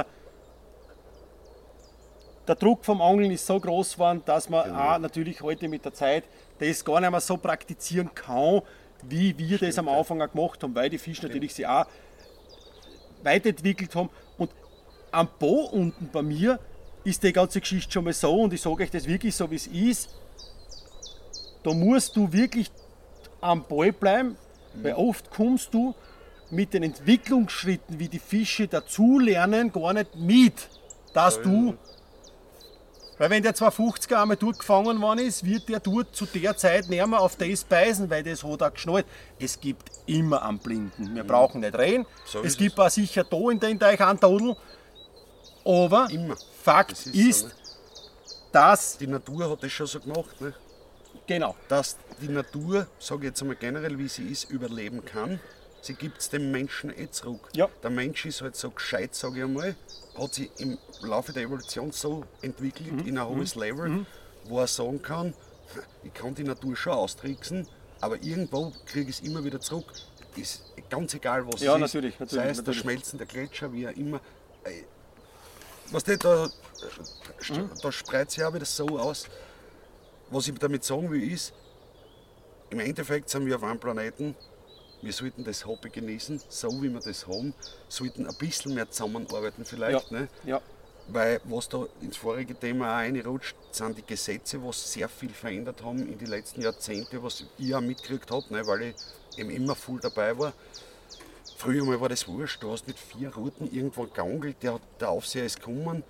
der Druck vom Angeln ist so groß geworden, dass man auch natürlich heute mit der Zeit das gar nicht mehr so praktizieren kann, wie wir das am Anfang auch gemacht haben, weil die Fische natürlich sich auch weiterentwickelt haben. Und am Bo unten bei mir ist die ganze Geschichte schon mal so, und ich sage euch das wirklich so, wie es ist, da musst du wirklich am Ball bleiben, weil oft kommst du mit den Entwicklungsschritten, wie die Fische dazulernen, gar nicht mit, dass du... Weil wenn der zweihundertfünfziger einmal durchgefangen worden ist, wird der dort zu der Zeit nicht mehr auf das beißen, weil das hat er geschnallt. Es gibt immer einen Blinden. Wir brauchen nicht reden. So es ist gibt auch sicher da in den Teich einen Todel. Aber Immer. Fakt Das ist, ist so, ne? dass... Die Natur hat das schon so gemacht, ne? Genau. Dass die Natur, sage ich jetzt einmal generell, wie sie ist, überleben kann. Sie gibt es dem Menschen eh zurück. Ja. Der Mensch ist halt so gescheit, sage ich einmal, hat sich im Laufe der Evolution so entwickelt Mhm. in ein hohes Level, wo er sagen kann, ich kann die Natur schon austricksen, aber irgendwo kriege ich es immer wieder zurück. Ist ganz egal, was Ja, es natürlich, ist. natürlich, Sei es natürlich. der Schmelzen der Gletscher, wie auch immer. Ey, Was der da, Mhm. da spreizt sich auch wieder so aus. Was ich damit sagen will, ist, im Endeffekt sind wir auf einem Planeten. Wir sollten das Hobby genießen, so wie wir das haben, sollten ein bisschen mehr zusammenarbeiten vielleicht. Ja. Ne? Ja. Weil was da ins vorige Thema auch reinrutscht, sind die Gesetze, was sehr viel verändert haben in den letzten Jahrzehnten, was ich auch mitgekriegt habe, ne? Weil ich eben immer voll dabei war. Früher mal war das wurscht, du hast mit vier Routen irgendwo geangelt, der, der Aufseher ist gekommen,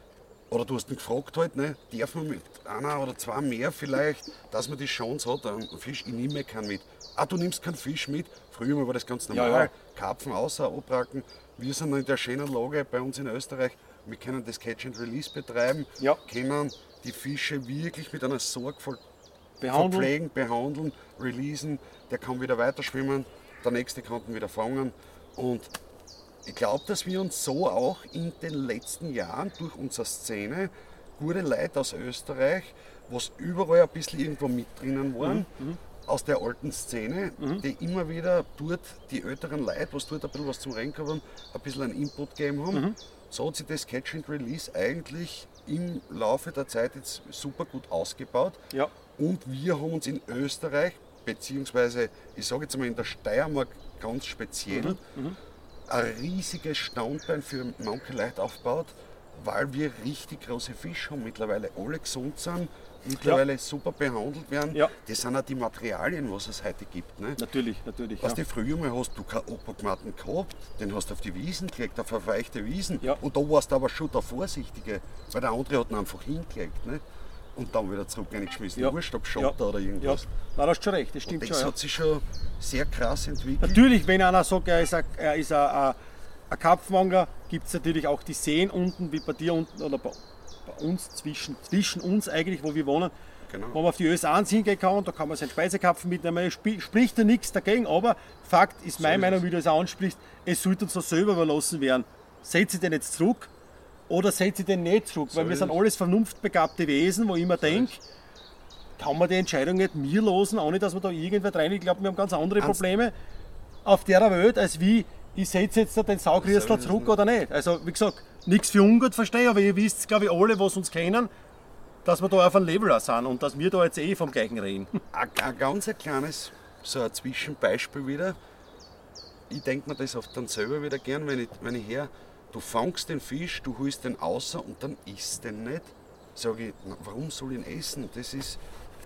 oder du hast ihn gefragt halt, ne, darf man mit einer oder zwei mehr vielleicht, dass man die Chance hat, einen Fisch, ich nehme keinen mit. Ah, du nimmst keinen Fisch mit? Früher mal war das ganz normal, Ja, ja. Karpfen außer abracken. Wir sind in der schönen Lage bei uns in Österreich, wir können das Catch and Release betreiben, Ja. können die Fische wirklich mit einer Sorgfalt Behandeln. verpflegen, behandeln, releasen, der kann wieder weiter schwimmen, der nächste kann ihn wieder fangen. Und ich glaube, dass wir uns so auch in den letzten Jahren durch unsere Szene, gute Leute aus Österreich, was überall ein bisschen irgendwo mit drinnen waren, Mhm. aus der alten Szene, Mhm. die immer wieder dort die älteren Leute, was dort ein bisschen was zum Reden gehabt haben, ein bisschen einen Input gegeben haben. Mhm. So hat sich das Catch and Release eigentlich im Laufe der Zeit jetzt super gut ausgebaut. Ja. Und wir haben uns in Österreich, beziehungsweise ich sage jetzt mal in der Steiermark ganz speziell, Mhm. ein riesiges Standbein für manche Leute aufgebaut, weil wir richtig große Fische haben, mittlerweile alle gesund sind, mittlerweile super behandelt werden. Ja. Das sind auch die Materialien, was es heute gibt. Ne? Natürlich, natürlich. Was Ja. du früher mal hast, du keinen Opakmatten gehabt, den hast du auf die Wiesen gelegt, auf verweichte Wiesen. Ja. Und da warst du aber schon der Vorsichtige, weil der andere hat ihn einfach hingelegt. Ne? Und dann wieder zurück reingeschmissen. Ja. Wurscht, ob Schotter oder Ja, irgendwas. nein, das ist schon recht, das Und stimmt das schon. Ja. hat sich schon sehr krass entwickelt. Natürlich, wenn einer sagt, er ist ein, er ist ein, ein, ein Karpfenangler, gibt es natürlich auch die Seen unten, wie bei dir unten oder bei, bei uns, zwischen, zwischen uns eigentlich, wo wir wohnen, Genau. wo man auf die Ö S eins hingehen kann, da kann man seinen Speisekarpfen mitnehmen, es sp- spricht ja nichts dagegen, aber Fakt ist meine ist Meinung, es. wie du es auch ansprichst, es sollte uns so selber überlassen werden. Setze ich den jetzt zurück oder setze ich den nicht zurück, weil wir ist sind es. alles vernunftbegabte Wesen, wo ich immer denke, kann man die Entscheidung nicht mir losen, ohne dass man da irgendwer rein. Ich glaube, wir haben ganz andere Ans- Probleme auf der Welt, als wie ich setze jetzt da den Saugrießler So ist es zurück nicht. oder nicht. Also, wie gesagt, nichts für ungut verstehe, aber ihr wisst, glaube ich, alle, was uns kennen, dass wir da auf einem Level auch sind und dass wir da jetzt eh vom Gleichen reden. Ein, ein ganz ein kleines, so ein Zwischenbeispiel wieder. Ich denke mir das oft dann selber wieder gern, wenn ich, wenn ich her, du fangst den Fisch, du holst den außer und dann isst den nicht. Sage ich, na, warum soll ich ihn essen? Das ist,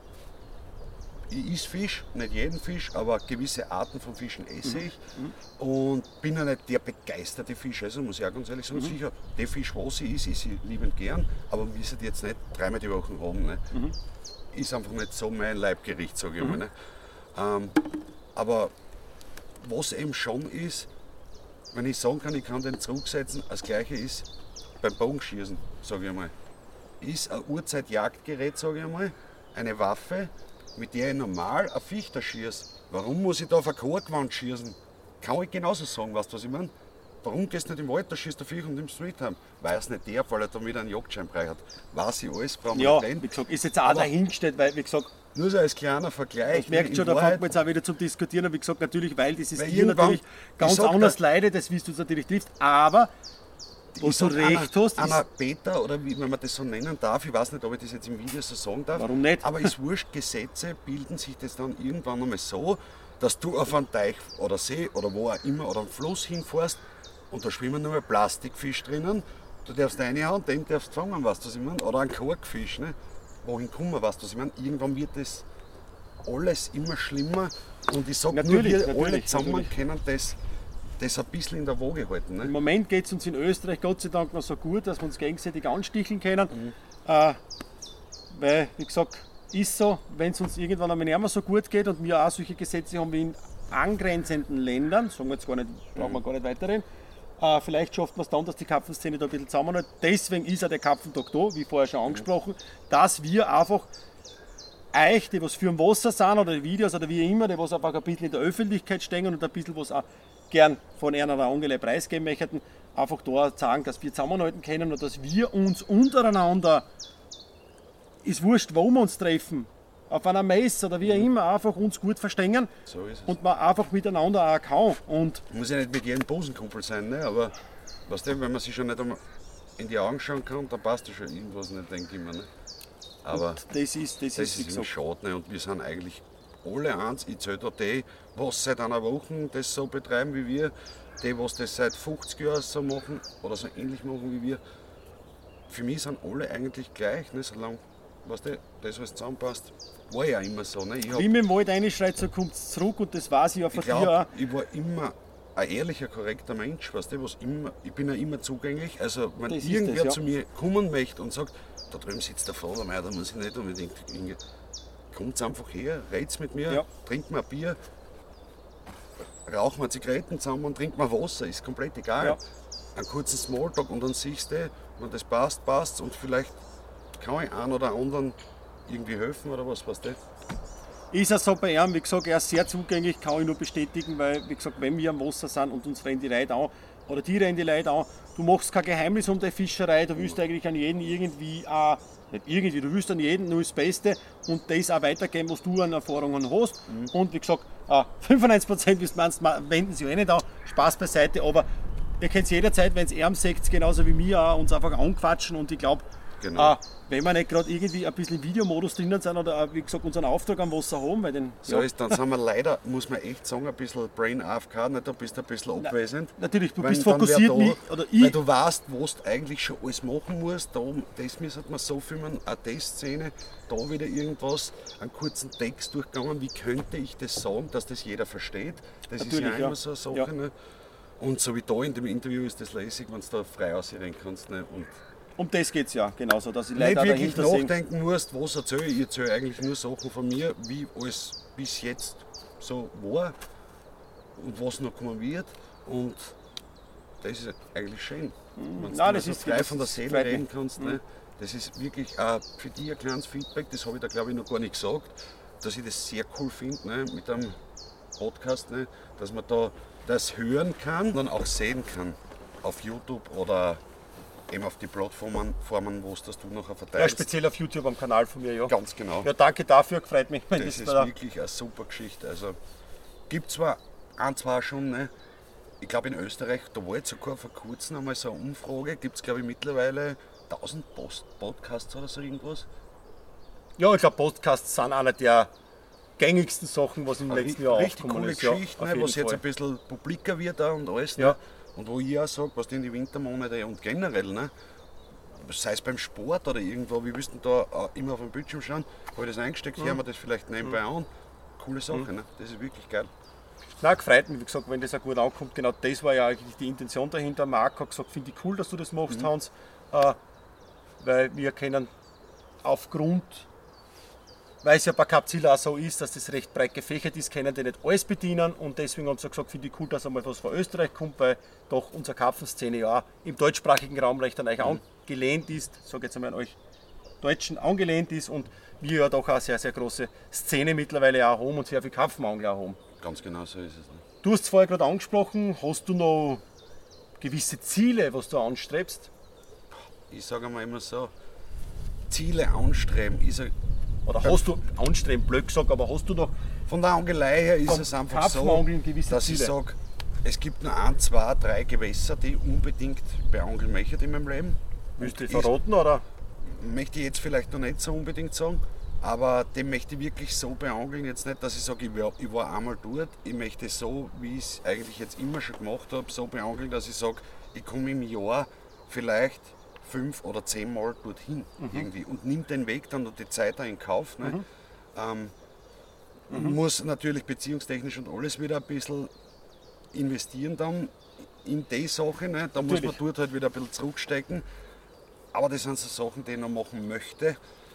ich esse Fisch, nicht jeden Fisch, aber gewisse Arten von Fischen esse ich und bin ja nicht der begeisterte Fisch. Also muss ich auch ganz ehrlich sagen, sicher, der Fisch, was ich esse, esse ich liebend gern, aber wir sind jetzt nicht dreimal die Woche haben. Ne? Ist einfach nicht so mein Leibgericht, sage ich mal. Ne? Ähm, aber was eben schon ist, wenn ich sagen kann, ich kann den zurücksetzen, das gleiche ist beim Bogenschießen, sage ich einmal. Ist ein Urzeitjagdgerät, sage ich einmal, eine Waffe, mit der ich normal ein Fichter schieße. Warum muss ich da auf eine Korkwand schießen? Kann ich genauso sagen, weißt du, was ich meine? Warum gehst du nicht im Wald, da schießt der Viech und nimmst es mit heim? Weiß nicht der, weil er da wieder einen Jagdschein brei hat. Weiß ich alles, brauchen wir Ja, nicht wie reden. gesagt, ist jetzt auch Aber dahingestellt, weil, wie gesagt, nur so als kleiner Vergleich. ich merke ne, schon, in da Wahrheit- fängt man jetzt auch wieder zum Diskutieren. Und wie gesagt, natürlich, weil dieses Weil Tier irgendwann- natürlich ich ganz sag anders da- leidet, das wie du es natürlich triffst. Aber, wo Ich du sag, recht einer, hast, einer ist, Beta, oder wie wenn man das so nennen darf, ich weiß nicht, ob ich das jetzt im Video so sagen darf. Warum nicht? Aber ist wurscht, Gesetze bilden sich das dann irgendwann einmal so, dass du auf einen Teich oder See oder wo auch immer oder einen Fluss hinfährst und da schwimmen nur mal Plastikfisch drinnen. Du darfst reinhauen, den darfst du fangen, weißt du, was ich meine? Oder einen Korkfisch, ne? Wohin kommen wir, weißt du, was ich meine? Irgendwann wird das alles immer schlimmer und ich sage nur, Natürlich, wir alle natürlich, zusammen natürlich. können das, das ein bisschen in der Waage halten. Ne? im Moment geht es uns in Österreich Gott sei Dank noch so gut, dass wir uns gegenseitig ansticheln können. Mhm. Äh, weil, wie gesagt, ist so, wenn es uns irgendwann einmal nicht mehr so gut geht und wir auch solche Gesetze haben wie in angrenzenden Ländern, sagen wir jetzt gar nicht, brauchen wir gar nicht weiterreden, äh, vielleicht schafft man es dann, dass die Karpfenszene da ein bisschen zusammenhält. Deswegen ist ja der Karpfentag da, wie vorher schon angesprochen, dass wir einfach euch, die was für ein Wasser sind oder die Videos oder wie immer, die was einfach ein bisschen in der Öffentlichkeit stehen und ein bisschen was auch gern von einer Angelei preisgeben möchten, einfach da sagen, dass wir zusammenhalten können und dass wir uns untereinander, ist wurscht, wo wir uns treffen, auf einer Messe oder wie auch immer, einfach uns gut verstehen So ist es. und man einfach miteinander auch kann. Und Muss ja nicht mit jedem Busenkumpel sein, ne? Aber weißt du, wenn man sich schon nicht einmal in die Augen schauen kann, dann passt ja schon irgendwas nicht, denke ich mir. Ne? Aber das ist, das das ist, wie ist immer gesagt, schade, ne? Und wir sind eigentlich alle eins. Ich zähle da die, was seit einer Woche das so betreiben wie wir, die, was das seit fünfzig Jahren so machen oder so ähnlich machen wie wir. Für mich sind alle eigentlich gleich, ne? Solange, weißt du, das alles zusammenpasst. War ja immer so. Ne? Ich hab, wie mit dem Wald reinschreit, so kommt es zurück und das weiß ich ja von Ich dir auch. glaube, ich war immer ein ehrlicher, korrekter Mensch, weißt du, was immer, ich bin ja immer zugänglich. Also wenn Das ist irgendwer das, ja. zu mir kommen möchte und sagt, da drüben sitzt der Vordermeier, da muss ich nicht unbedingt hingehen. Kommt einfach her, redet mit mir, Ja. trinkt mal ein Bier, rauchen wir Zigaretten zusammen und trinkt mal Wasser, ist komplett egal. Ja. Einen kurzen Smalltalk und dann siehst du, wenn das passt, passt und vielleicht kann ich einen oder anderen irgendwie helfen oder was, weißt du? Ist er so bei ihm, wie gesagt, er ist sehr zugänglich, kann ich nur bestätigen, weil, wie gesagt, wenn wir am Wasser sind und uns rennen die Leute an, oder die rennen die Leute an, du machst kein Geheimnis um die Fischerei, du willst eigentlich an jeden irgendwie, äh, nicht irgendwie, du willst an jeden nur das Beste und das auch weitergeben, was du an Erfahrungen hast. Mhm. Und wie gesagt, äh, fünfundneunzig Prozent, wie du meinst, wenden sie eh nicht an, Spaß beiseite, aber ihr könnt es jederzeit, wenn es ihm sagt, genauso wie mir, auch, uns einfach anquatschen und ich glaube, Genau. Äh, wenn wir nicht gerade irgendwie ein bisschen im Videomodus drinnen sind oder äh, wie gesagt unseren Auftrag am Wasser haben, weil den, So ja, ist, dann sind wir leider, muss man echt sagen, ein bisschen Brain A F K, nicht? Du bist ein bisschen abwesend. natürlich, du Weil bist dann wär fokussiert, da, mich, oder ich, Weil du weißt, was du eigentlich schon alles machen musst. Da, das müssen wir so filmen, eine Testszene, da wieder irgendwas, einen kurzen Text durchgegangen, wie könnte ich das sagen, dass das jeder versteht. Das ist ja Natürlich, ja. immer so eine Sache. Ja. Ne? Und so wie da in dem Interview ist das lässig, wenn du da frei ausrennen kannst. Ne? Und um das geht es ja genauso, dass ich nicht Leute auch wirklich dahinter sehen. nachdenken musst, was erzähle ich. Ich erzähle eigentlich nur Sachen von mir, wie alles bis jetzt so war und was noch kommen wird. Und das ist eigentlich schön. Wenn du Nein, mal das so ist- frei das von der ist Seele freut mich. reden kannst. Ne? Das ist wirklich auch für dich ein kleines Feedback, das habe ich da glaube ich noch gar nicht gesagt, dass ich das sehr cool finde ne? mit einem Podcast, ne? Dass man da das hören kann und dann auch sehen kann auf YouTube oder eben auf die Plattformen, Formen, wo es das du nachher Ja, verteilst. speziell auf YouTube am Kanal von mir, ja. Ganz genau. Ja, danke dafür, freut mich. Wenn Das das ist da, wirklich eine super Geschichte. Also gibt zwar ein, zwei schon, ne? Ich glaube in Österreich, da war jetzt sogar vor kurzem einmal so eine Umfrage, gibt es glaube ich mittlerweile tausend Post Podcasts oder so irgendwas. ja, ich glaube, Podcasts sind einer der gängigsten Sachen, was im Eine letzten Jahr richtig aufgekommen coole ist. Ja, Geschichte, auf ne? jeden Was jetzt Fall. ein bisschen publiker wird da und alles. Ne? Ja. Und wo ich auch sage, was in die Wintermonate und generell, ne? Sei es beim Sport oder irgendwo, wie willst du da äh, immer auf den Bildschirm schauen, habe ich das eingesteckt, hören wir das vielleicht nebenbei an. Coole Sache, ne? Das ist wirklich geil. Nein, gefreut mich, wie gesagt, wenn das auch gut ankommt. Genau das war ja eigentlich die Intention dahinter. Marc hat gesagt, finde ich cool, dass du das machst, Mhm. Hans, äh, weil wir können aufgrund, weil es ja bei Capzilla auch so ist, dass das recht breit gefächert ist, können die nicht alles bedienen und deswegen haben sie gesagt, finde ich cool, dass einmal was von Österreich kommt, weil doch unsere Karpfenszene ja auch im deutschsprachigen Raum recht an euch Mhm. angelehnt ist, sage jetzt einmal an euch Deutschen angelehnt ist und wir ja doch auch eine sehr, sehr große Szene mittlerweile auch haben und sehr viel Karpfenangler auch haben. Ganz genau so ist es. Ne? Du hast es vorher gerade angesprochen, hast du noch gewisse Ziele, was du anstrebst? Ich sage mal immer so, Ziele anstreben. Ich sag, Oder hast du anstreben, blöd gesagt, aber hast du noch von der Angelei her ist Vom es einfach so, Karpfenangeln gewisse dass ich Ziele. sage, es gibt nur ein, zwei, drei Gewässer, die ich unbedingt beangeln möchte in meinem Leben. willst du Und dich verraten? Oder? möchte ich jetzt vielleicht noch nicht so unbedingt sagen, aber den möchte ich wirklich so beangeln, jetzt nicht, dass ich sage, ich war, ich war einmal dort, ich möchte so, wie ich es eigentlich jetzt immer schon gemacht habe, so beangeln, dass ich sage, ich komme im Jahr vielleicht fünf oder zehn Mal dorthin irgendwie und nimm den Weg dann und die Zeit da in Kauf. Ne? Ähm, Muss natürlich beziehungstechnisch und alles wieder ein bisschen investieren dann in die Sache, ne? Da muss man Natürlich. dort halt wieder ein bisschen zurückstecken. Aber das sind so Sachen, die ich noch machen möchte.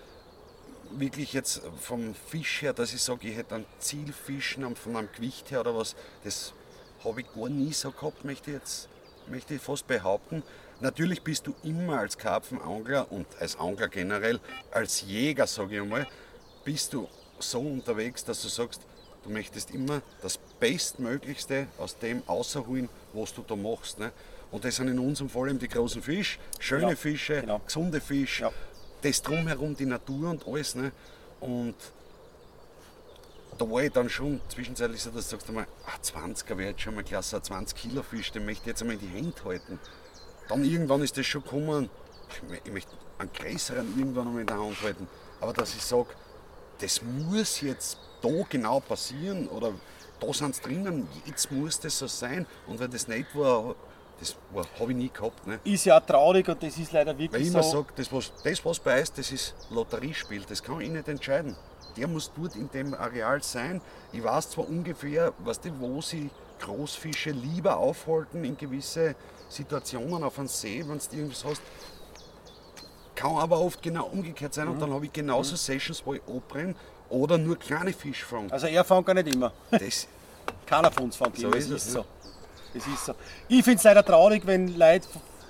Wirklich jetzt vom Fisch her, dass ich sage, ich hätte einen Zielfischen von einem Gewicht her oder was, das habe ich gar nie so gehabt, möchte ich jetzt möchte ich fast behaupten. Natürlich bist du immer als Karpfenangler und als Angler generell, als Jäger, sage ich einmal, bist du so unterwegs, dass du sagst, du möchtest immer das Bestmöglichste aus dem rausholen, was du da machst. Ne? Und das sind in unserem Fall eben die großen Fische, schöne Ja, Fische, genau. gesunde Fische, Ja. das drumherum, die Natur und alles. Ne? Und da war ich dann schon zwischenzeitlich so, dass du sagst, einmal, ah, zwanziger wäre jetzt schon mal klasse, ein zwanzig Kilo Fisch, den möchte ich jetzt einmal in die Hände halten. Dann irgendwann ist das schon gekommen, ich mö- ich möchte einen größeren irgendwann einmal in der Hand halten. Aber dass ich sage, das muss jetzt da genau passieren oder da sind sie drinnen, jetzt muss das so sein. Und wenn das nicht war, das war, habe ich nie gehabt. Ne? Ist ja auch traurig und das ist leider Weil wirklich ich immer so. sage, das was, das was beißt, das ist Lotteriespiel, das kann ich nicht entscheiden. Der muss dort in dem Areal sein. Ich weiß zwar ungefähr, weißt du, wo sie Großfische lieber aufhalten in gewisse Situationen auf einem See, wenn du irgendwas hast. Kann aber oft genau umgekehrt sein, mhm. und dann habe ich genauso mhm. Sessions, wo ich abbrenne oder nur kleine Fische fange. Also er fängt gar nicht immer. Das Keiner von uns fängt so immer, ist das es, ist ne? so. Das ist so. Ich finde es leider traurig, wenn Leute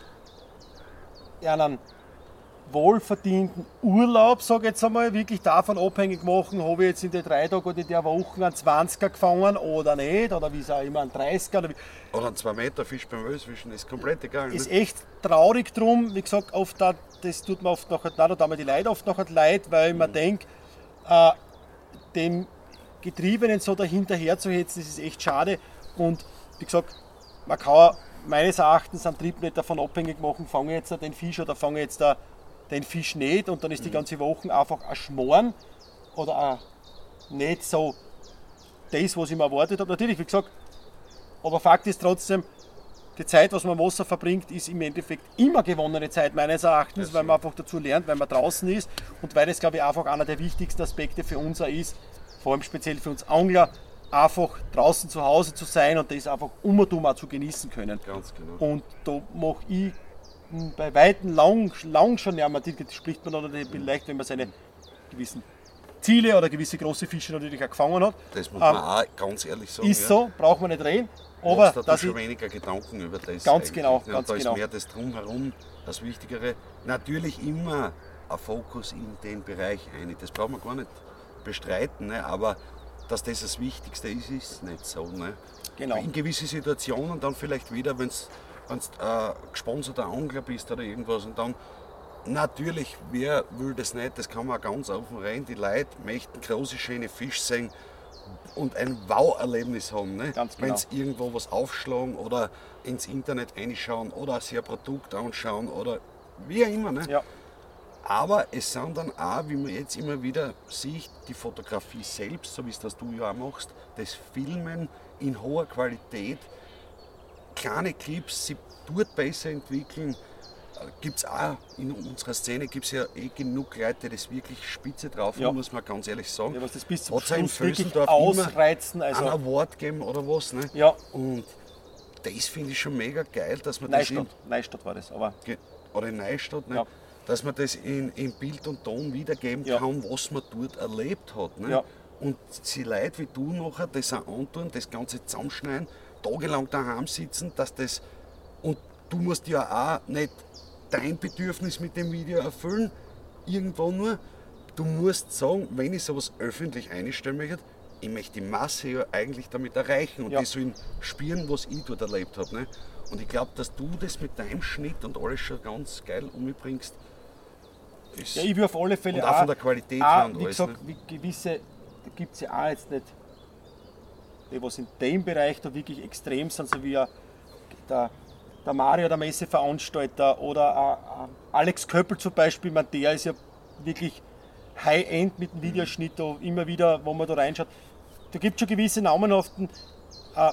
einen wohlverdienten Urlaub, sage ich jetzt einmal, wirklich davon abhängig machen, habe ich jetzt in den drei Tagen oder in der Woche einen zwanziger gefangen oder nicht, oder wie es auch immer, einen dreißiger. Oder, oder einen zwei Meter Fisch beim Wölfischen, ist komplett egal. Ist ne? echt traurig drum, wie gesagt, oft da, das tut mir oft nachher, da tun mir die Leute oft nachher leid, weil ich mhm. mir denke, äh, dem Getriebenen so dahinterher zu hetzen, das ist echt schade. Und wie gesagt, man kann meines Erachtens einen Trieb nicht davon abhängig machen, fange ich jetzt den Fisch oder fange ich jetzt da den Fisch nicht, und dann ist die ganze Woche einfach ein Schmoren oder ein nicht so das, was ich mir erwartet habe. Natürlich, wie gesagt, aber Fakt ist trotzdem, die Zeit, was man im Wasser verbringt, ist im Endeffekt immer gewonnene Zeit meines Erachtens, weil man einfach dazu lernt, weil man draußen ist und weil das, glaube ich, einfach einer der wichtigsten Aspekte für uns auch ist, vor allem speziell für uns Angler, einfach draußen zu Hause zu sein und das einfach um und um auch zu genießen können. Ganz genau. Und da mache ich bei Weitem lang, lang schon, ja, man spricht man dann vielleicht, wenn man seine gewissen Ziele oder gewisse große Fische natürlich auch gefangen hat. Das muss ähm, man auch ganz ehrlich sagen. Ist ja. so, braucht man nicht reden. Aber da dass schon ich, weniger Gedanken über das. Ganz genau, ja, ganz da ist genau. mehr das Drumherum, das Wichtigere. Natürlich immer ein Fokus in den Bereich ein. Das braucht man gar nicht bestreiten, ne? Aber dass das das Wichtigste ist, ist nicht so. Ne? Genau. In gewissen Situationen dann vielleicht wieder, wenn du äh, gesponserter Angler bist oder irgendwas, und dann natürlich, wer will das nicht, das kann man auch ganz offen rein. Die Leute möchten große, schöne Fische sehen und ein Wow-Erlebnis haben. Ne? Ganz genau. Wenn sie irgendwo was aufschlagen oder ins Internet reinschauen oder sich ein Produkt anschauen oder wie auch immer. Ne? Ja. Aber es sind dann auch, wie man jetzt immer wieder sieht, die Fotografie selbst, so wie es das du ja auch machst, das Filmen in hoher Qualität, kleine Clips, sie dort besser entwickeln. Gibt es auch in unserer Szene gibt's ja eh genug Leute, die das wirklich spitze drauf haben, Ja. muss man ganz ehrlich sagen. Ja, was das bis zum Hat es ja im Schluss wirklich Vösendorf ausreizen. immer Also, einen Award geben oder was. Ne? ja, Und das finde ich schon mega geil, dass man Neustadt, das Neustadt war das, aber in, oder in Neustadt, ne? Ja. dass man das in, in Bild und Ton wiedergeben Ja. kann, was man dort erlebt hat. Ne? Ja. Und die Leute wie du nachher das auch antun, das Ganze zusammenschneiden, tagelang daheim sitzen, dass das, und du musst ja auch nicht dein Bedürfnis mit dem Video erfüllen, irgendwo nur. Du musst sagen, wenn ich sowas öffentlich einstellen möchte, ich möchte die Masse ja eigentlich damit erreichen und Ja. die sollen spüren, was ich dort erlebt habe. Ne? Und ich glaube, dass du das mit deinem Schnitt und alles schon ganz geil umbringst. ja, ich will auf alle Fälle Und auch von der Qualität her auch, und wie alles, gesagt, ne? wie gewisse, da gibt es ja auch jetzt nicht, die was in dem Bereich da wirklich extrem sind, so wie ein, der, der Mario, der Messeveranstalter, oder ein, ein Alex Köppel zum Beispiel, man, der ist ja wirklich High-End mit dem Videoschnitt, da immer wieder, wo man da reinschaut. Da gibt es schon gewisse namenhaften, äh,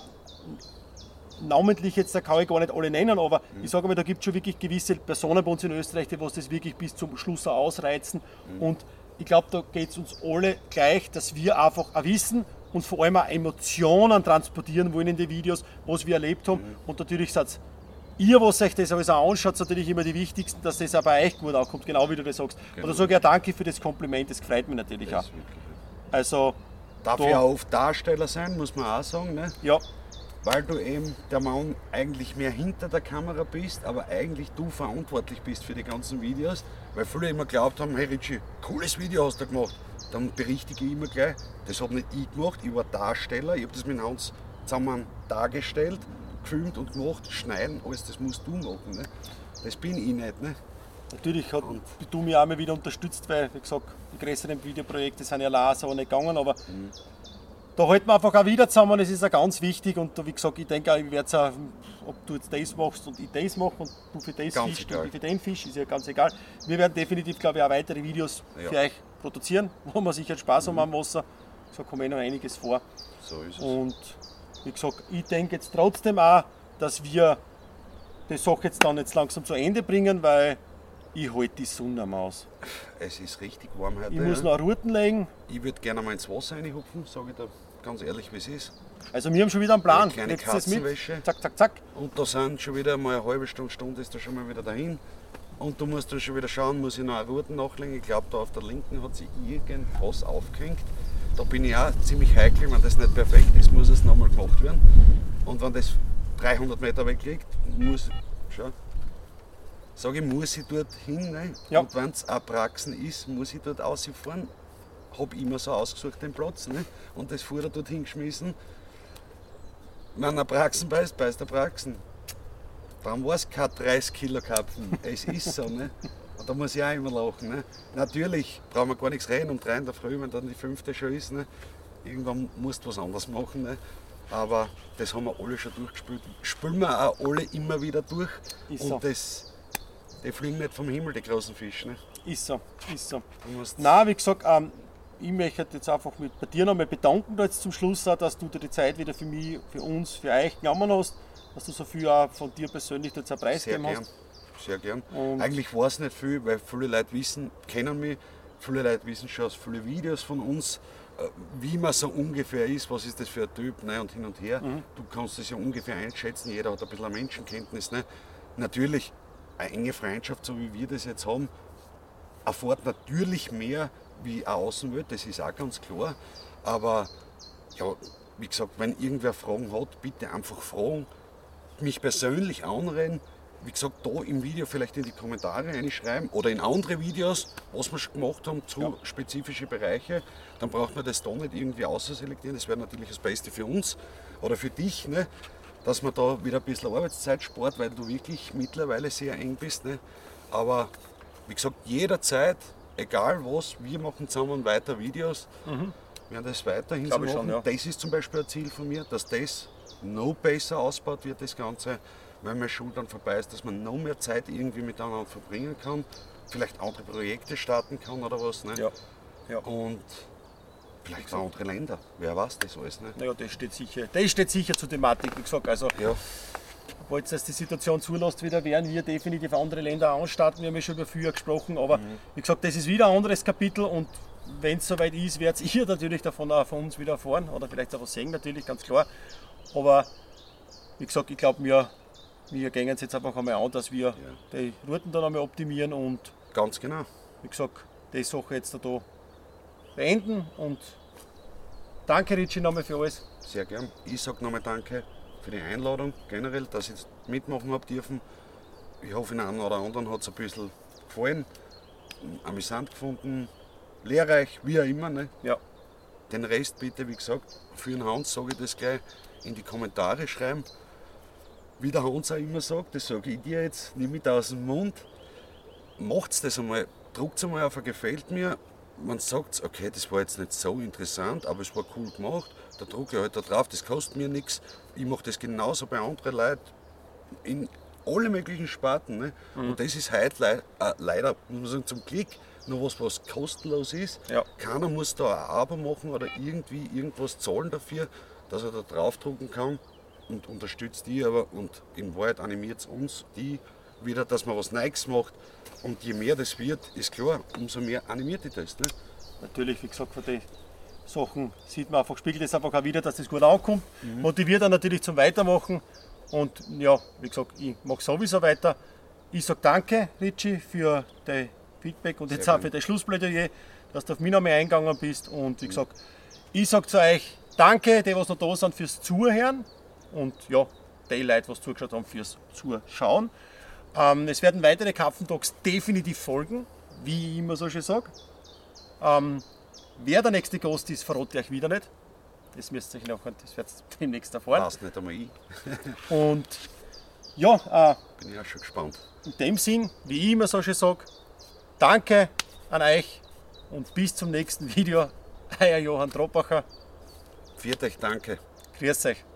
namentlich jetzt, da kann ich gar nicht alle nennen, aber mhm. ich sage mal, da gibt es schon wirklich gewisse Personen bei uns in Österreich, die was das wirklich bis zum Schluss auch ausreizen. Mhm. Und ich glaube, da geht es uns alle gleich, dass wir einfach auch wissen und vor allem auch Emotionen transportieren wollen in die Videos, was wir erlebt haben. Mhm. Und natürlich seid ihr, was euch das alles auch anschaut, natürlich immer die wichtigsten, dass das auch bei euch gut ankommt, genau wie du das sagst. Genau. Und da sage ich auch danke für das Kompliment, das freut mich natürlich Das auch. ist wirklich, Also, darf da, ja auch oft Darsteller sein, muss man auch sagen. Ne? ja, Weil du eben der Mann eigentlich mehr hinter der Kamera bist, aber eigentlich du verantwortlich bist für die ganzen Videos. Weil viele immer glaubt haben, hey Richie, cooles Video hast du gemacht. Dann berichtige ich immer gleich, das habe nicht ich gemacht, ich war Darsteller, ich habe das mit Hans zusammen dargestellt, gefilmt und gemacht, schneiden, alles das musst du machen. Ne? Das bin ich nicht. Ne? natürlich hat du mich auch mal wieder unterstützt, weil, wie gesagt, die größeren Videoprojekte sind ja leider so nicht gegangen, aber mhm. da halten wir einfach auch wieder zusammen, das ist auch ganz wichtig und wie gesagt, ich denke auch, ich werde es auch, ob du jetzt das machst und ich das mache und du für das ganz fischst egal. und ich für den Fisch, ist ja ganz egal. Wir werden definitiv, glaube ich, auch weitere Videos Ja. für euch produzieren, wo wir sicher Spaß haben am Wasser. So kommt eh noch einiges vor. So ist es. Und wie gesagt, ich denke jetzt trotzdem auch, dass wir die Sache jetzt dann jetzt langsam zu Ende bringen, weil ich halte die Sonne am Aus. Es ist richtig warm heute. Ich muss ja. noch Routen legen. Ich würde gerne mal ins Wasser reinhupfen, sage ich da ganz ehrlich, wie es ist. Also wir haben schon wieder einen Plan. Eine kleine Jetzt ist es mit. Katzenwäsche. Zack, zack, zack. Und da sind schon wieder mal eine halbe Stunde, Stunde ist da schon mal wieder dahin. Und du musst dann schon wieder schauen, muss ich noch eine Route nachlegen. Ich glaube, da auf der linken hat sich irgendwas aufgehängt. Da bin ich auch ziemlich heikel, wenn das nicht perfekt ist, muss es nochmal gemacht werden. Und wenn das dreihundert Meter weg liegt, muss, schau, sage ich, muss ich dort hin. Ne? Ja. Und wenn es eine Praxen ist, muss ich dort rausfahren. Habe immer so ausgesucht den Platz. Ne? Und das Fuhrer dort hingeschmissen. Wenn er Praxen beißt, beißt er Praxen. Dann war es kein dreißig Kilo Karpfen. Es ist so. Ne? Und da muss ich auch immer lachen. Ne? Natürlich brauchen wir gar nichts reden um drei in der Früh, wenn dann die fünfte schon ist. Ne? Irgendwann musst du was anderes machen. Ne? Aber das haben wir alle schon durchgespielt. Spülen wir auch alle immer wieder durch. Ist und so. das, die fliegen nicht vom Himmel, die großen Fische. Ne? Ist so, ist so. Du musst Nein, wie gesagt, ähm, ich möchte jetzt einfach mit bei dir nochmal bedanken, da jetzt zum Schluss auch, dass du dir die Zeit wieder für mich, für uns, für euch genommen hast, dass du so viel auch von dir persönlich jetzt auch sehr preisgegeben gern. hast. Sehr gern. Und Eigentlich war es nicht viel, weil viele Leute wissen, kennen mich, viele Leute wissen schon aus viele Videos von uns, äh, wie man so ungefähr ist, was ist das für ein Typ, ne, und hin und her. Mhm. Du kannst das ja ungefähr einschätzen, jeder hat ein bisschen Menschenkenntnis. Ne. Natürlich, eine enge Freundschaft, so wie wir das jetzt haben, erfordert natürlich mehr wie eine Außenwelt, das ist auch ganz klar. Aber ja, wie gesagt, wenn irgendwer Fragen hat, bitte einfach fragen, mich persönlich anreden. Wie gesagt, da im Video vielleicht in die Kommentare reinschreiben oder in andere Videos, was wir schon gemacht haben zu Ja. spezifischen Bereichen. Dann braucht man das da nicht irgendwie ausselektieren. Das wäre natürlich das Beste für uns oder für dich, ne? Dass man da wieder ein bisschen Arbeitszeit spart, weil du wirklich mittlerweile sehr eng bist. Ne? Aber wie gesagt, jederzeit, egal was, wir machen zusammen weiter Videos. Wir werden das weiterhin so Glaube ich machen. schon, ja. Das ist zum Beispiel ein Ziel von mir, dass das noch besser ausgebaut wird, das Ganze, wenn meine Schule dann vorbei ist, dass man noch mehr Zeit irgendwie miteinander verbringen kann, vielleicht andere Projekte starten kann oder was. Ne? Ja. Ja. Und vielleicht auch andere Länder, wer weiß das alles. Ne? Naja, das steht sicher, das steht sicher zur Thematik, wie gesagt. Also, Ja, falls das die Situation zulässt, wieder werden wir definitiv andere Länder anstarten. Wir haben ja schon über früher gesprochen, aber wie gesagt, das ist wieder ein anderes Kapitel und wenn es soweit ist, werdet ihr natürlich davon auch von uns wieder erfahren oder vielleicht auch was sehen, natürlich, ganz klar. Aber wie gesagt, ich glaube, wir, wir gehen es jetzt einfach einmal an, dass wir die Routen dann einmal optimieren und ganz genau. wie gesagt, die Sache jetzt da beenden und danke Richie nochmal für alles. Sehr gern. Ich sage nochmal danke für die Einladung generell, dass ich mitmachen habe dürfen. Ich hoffe, den einen oder anderen hat es ein bisschen gefallen, amüsant gefunden, lehrreich, wie auch immer. Ne? Ja, Den Rest bitte, wie gesagt, für den Hans sage ich das gleich in die Kommentare schreiben. Wie der Hans auch immer sagt, das sage ich dir jetzt, nimm mit aus dem Mund. Macht das einmal, druckt es einmal auf ein Gefällt mir. Man sagt, okay, das war jetzt nicht so interessant, aber es war cool gemacht. Da drucke ich halt da drauf, das kostet mir nichts. Ich mache das genauso bei anderen Leuten in alle möglichen Sparten. Ne? Mhm. Und das ist heute le äh, leider, muss man sagen, zum Glück noch was, was kostenlos ist. Ja. Keiner muss da ein Abo machen oder irgendwie irgendwas zahlen dafür, dass er da draufdrucken kann und unterstützt die aber und in Wahrheit animiert es uns die wieder, dass man was Neues macht. Und je mehr das wird, ist klar, umso mehr animiert ich das. Ne? natürlich, wie gesagt, von den Sachen sieht man einfach, spiegelt es einfach auch wieder, dass das gut ankommt. Mhm. Motiviert dann natürlich zum Weitermachen. Und ja, wie gesagt, ich mache sowieso weiter. Ich sage danke, Richie, für dein Feedback und jetzt Sehr auch für dein Schlussplädoyer, dass du auf mich noch mehr eingegangen bist. Und wie gesagt, ich sage zu euch danke, die, was noch da sind, fürs Zuhören. Und ja, die Leute, was zugeschaut haben, fürs Zuschauen. Ähm, es werden weitere Karpfentalks definitiv folgen, wie ich immer so schön sage. Ähm, wer der nächste Gast ist, verrate ich euch wieder nicht. Das müsst ihr euch noch, das werdet ihr demnächst erfahren. Weiß nicht einmal ich. Und ja, äh, Bin ich auch schon gespannt. in dem Sinn, wie ich immer so schön sage, danke an euch und bis zum nächsten Video. Euer Johann Troppacher. Viert euch, danke. Grüß euch.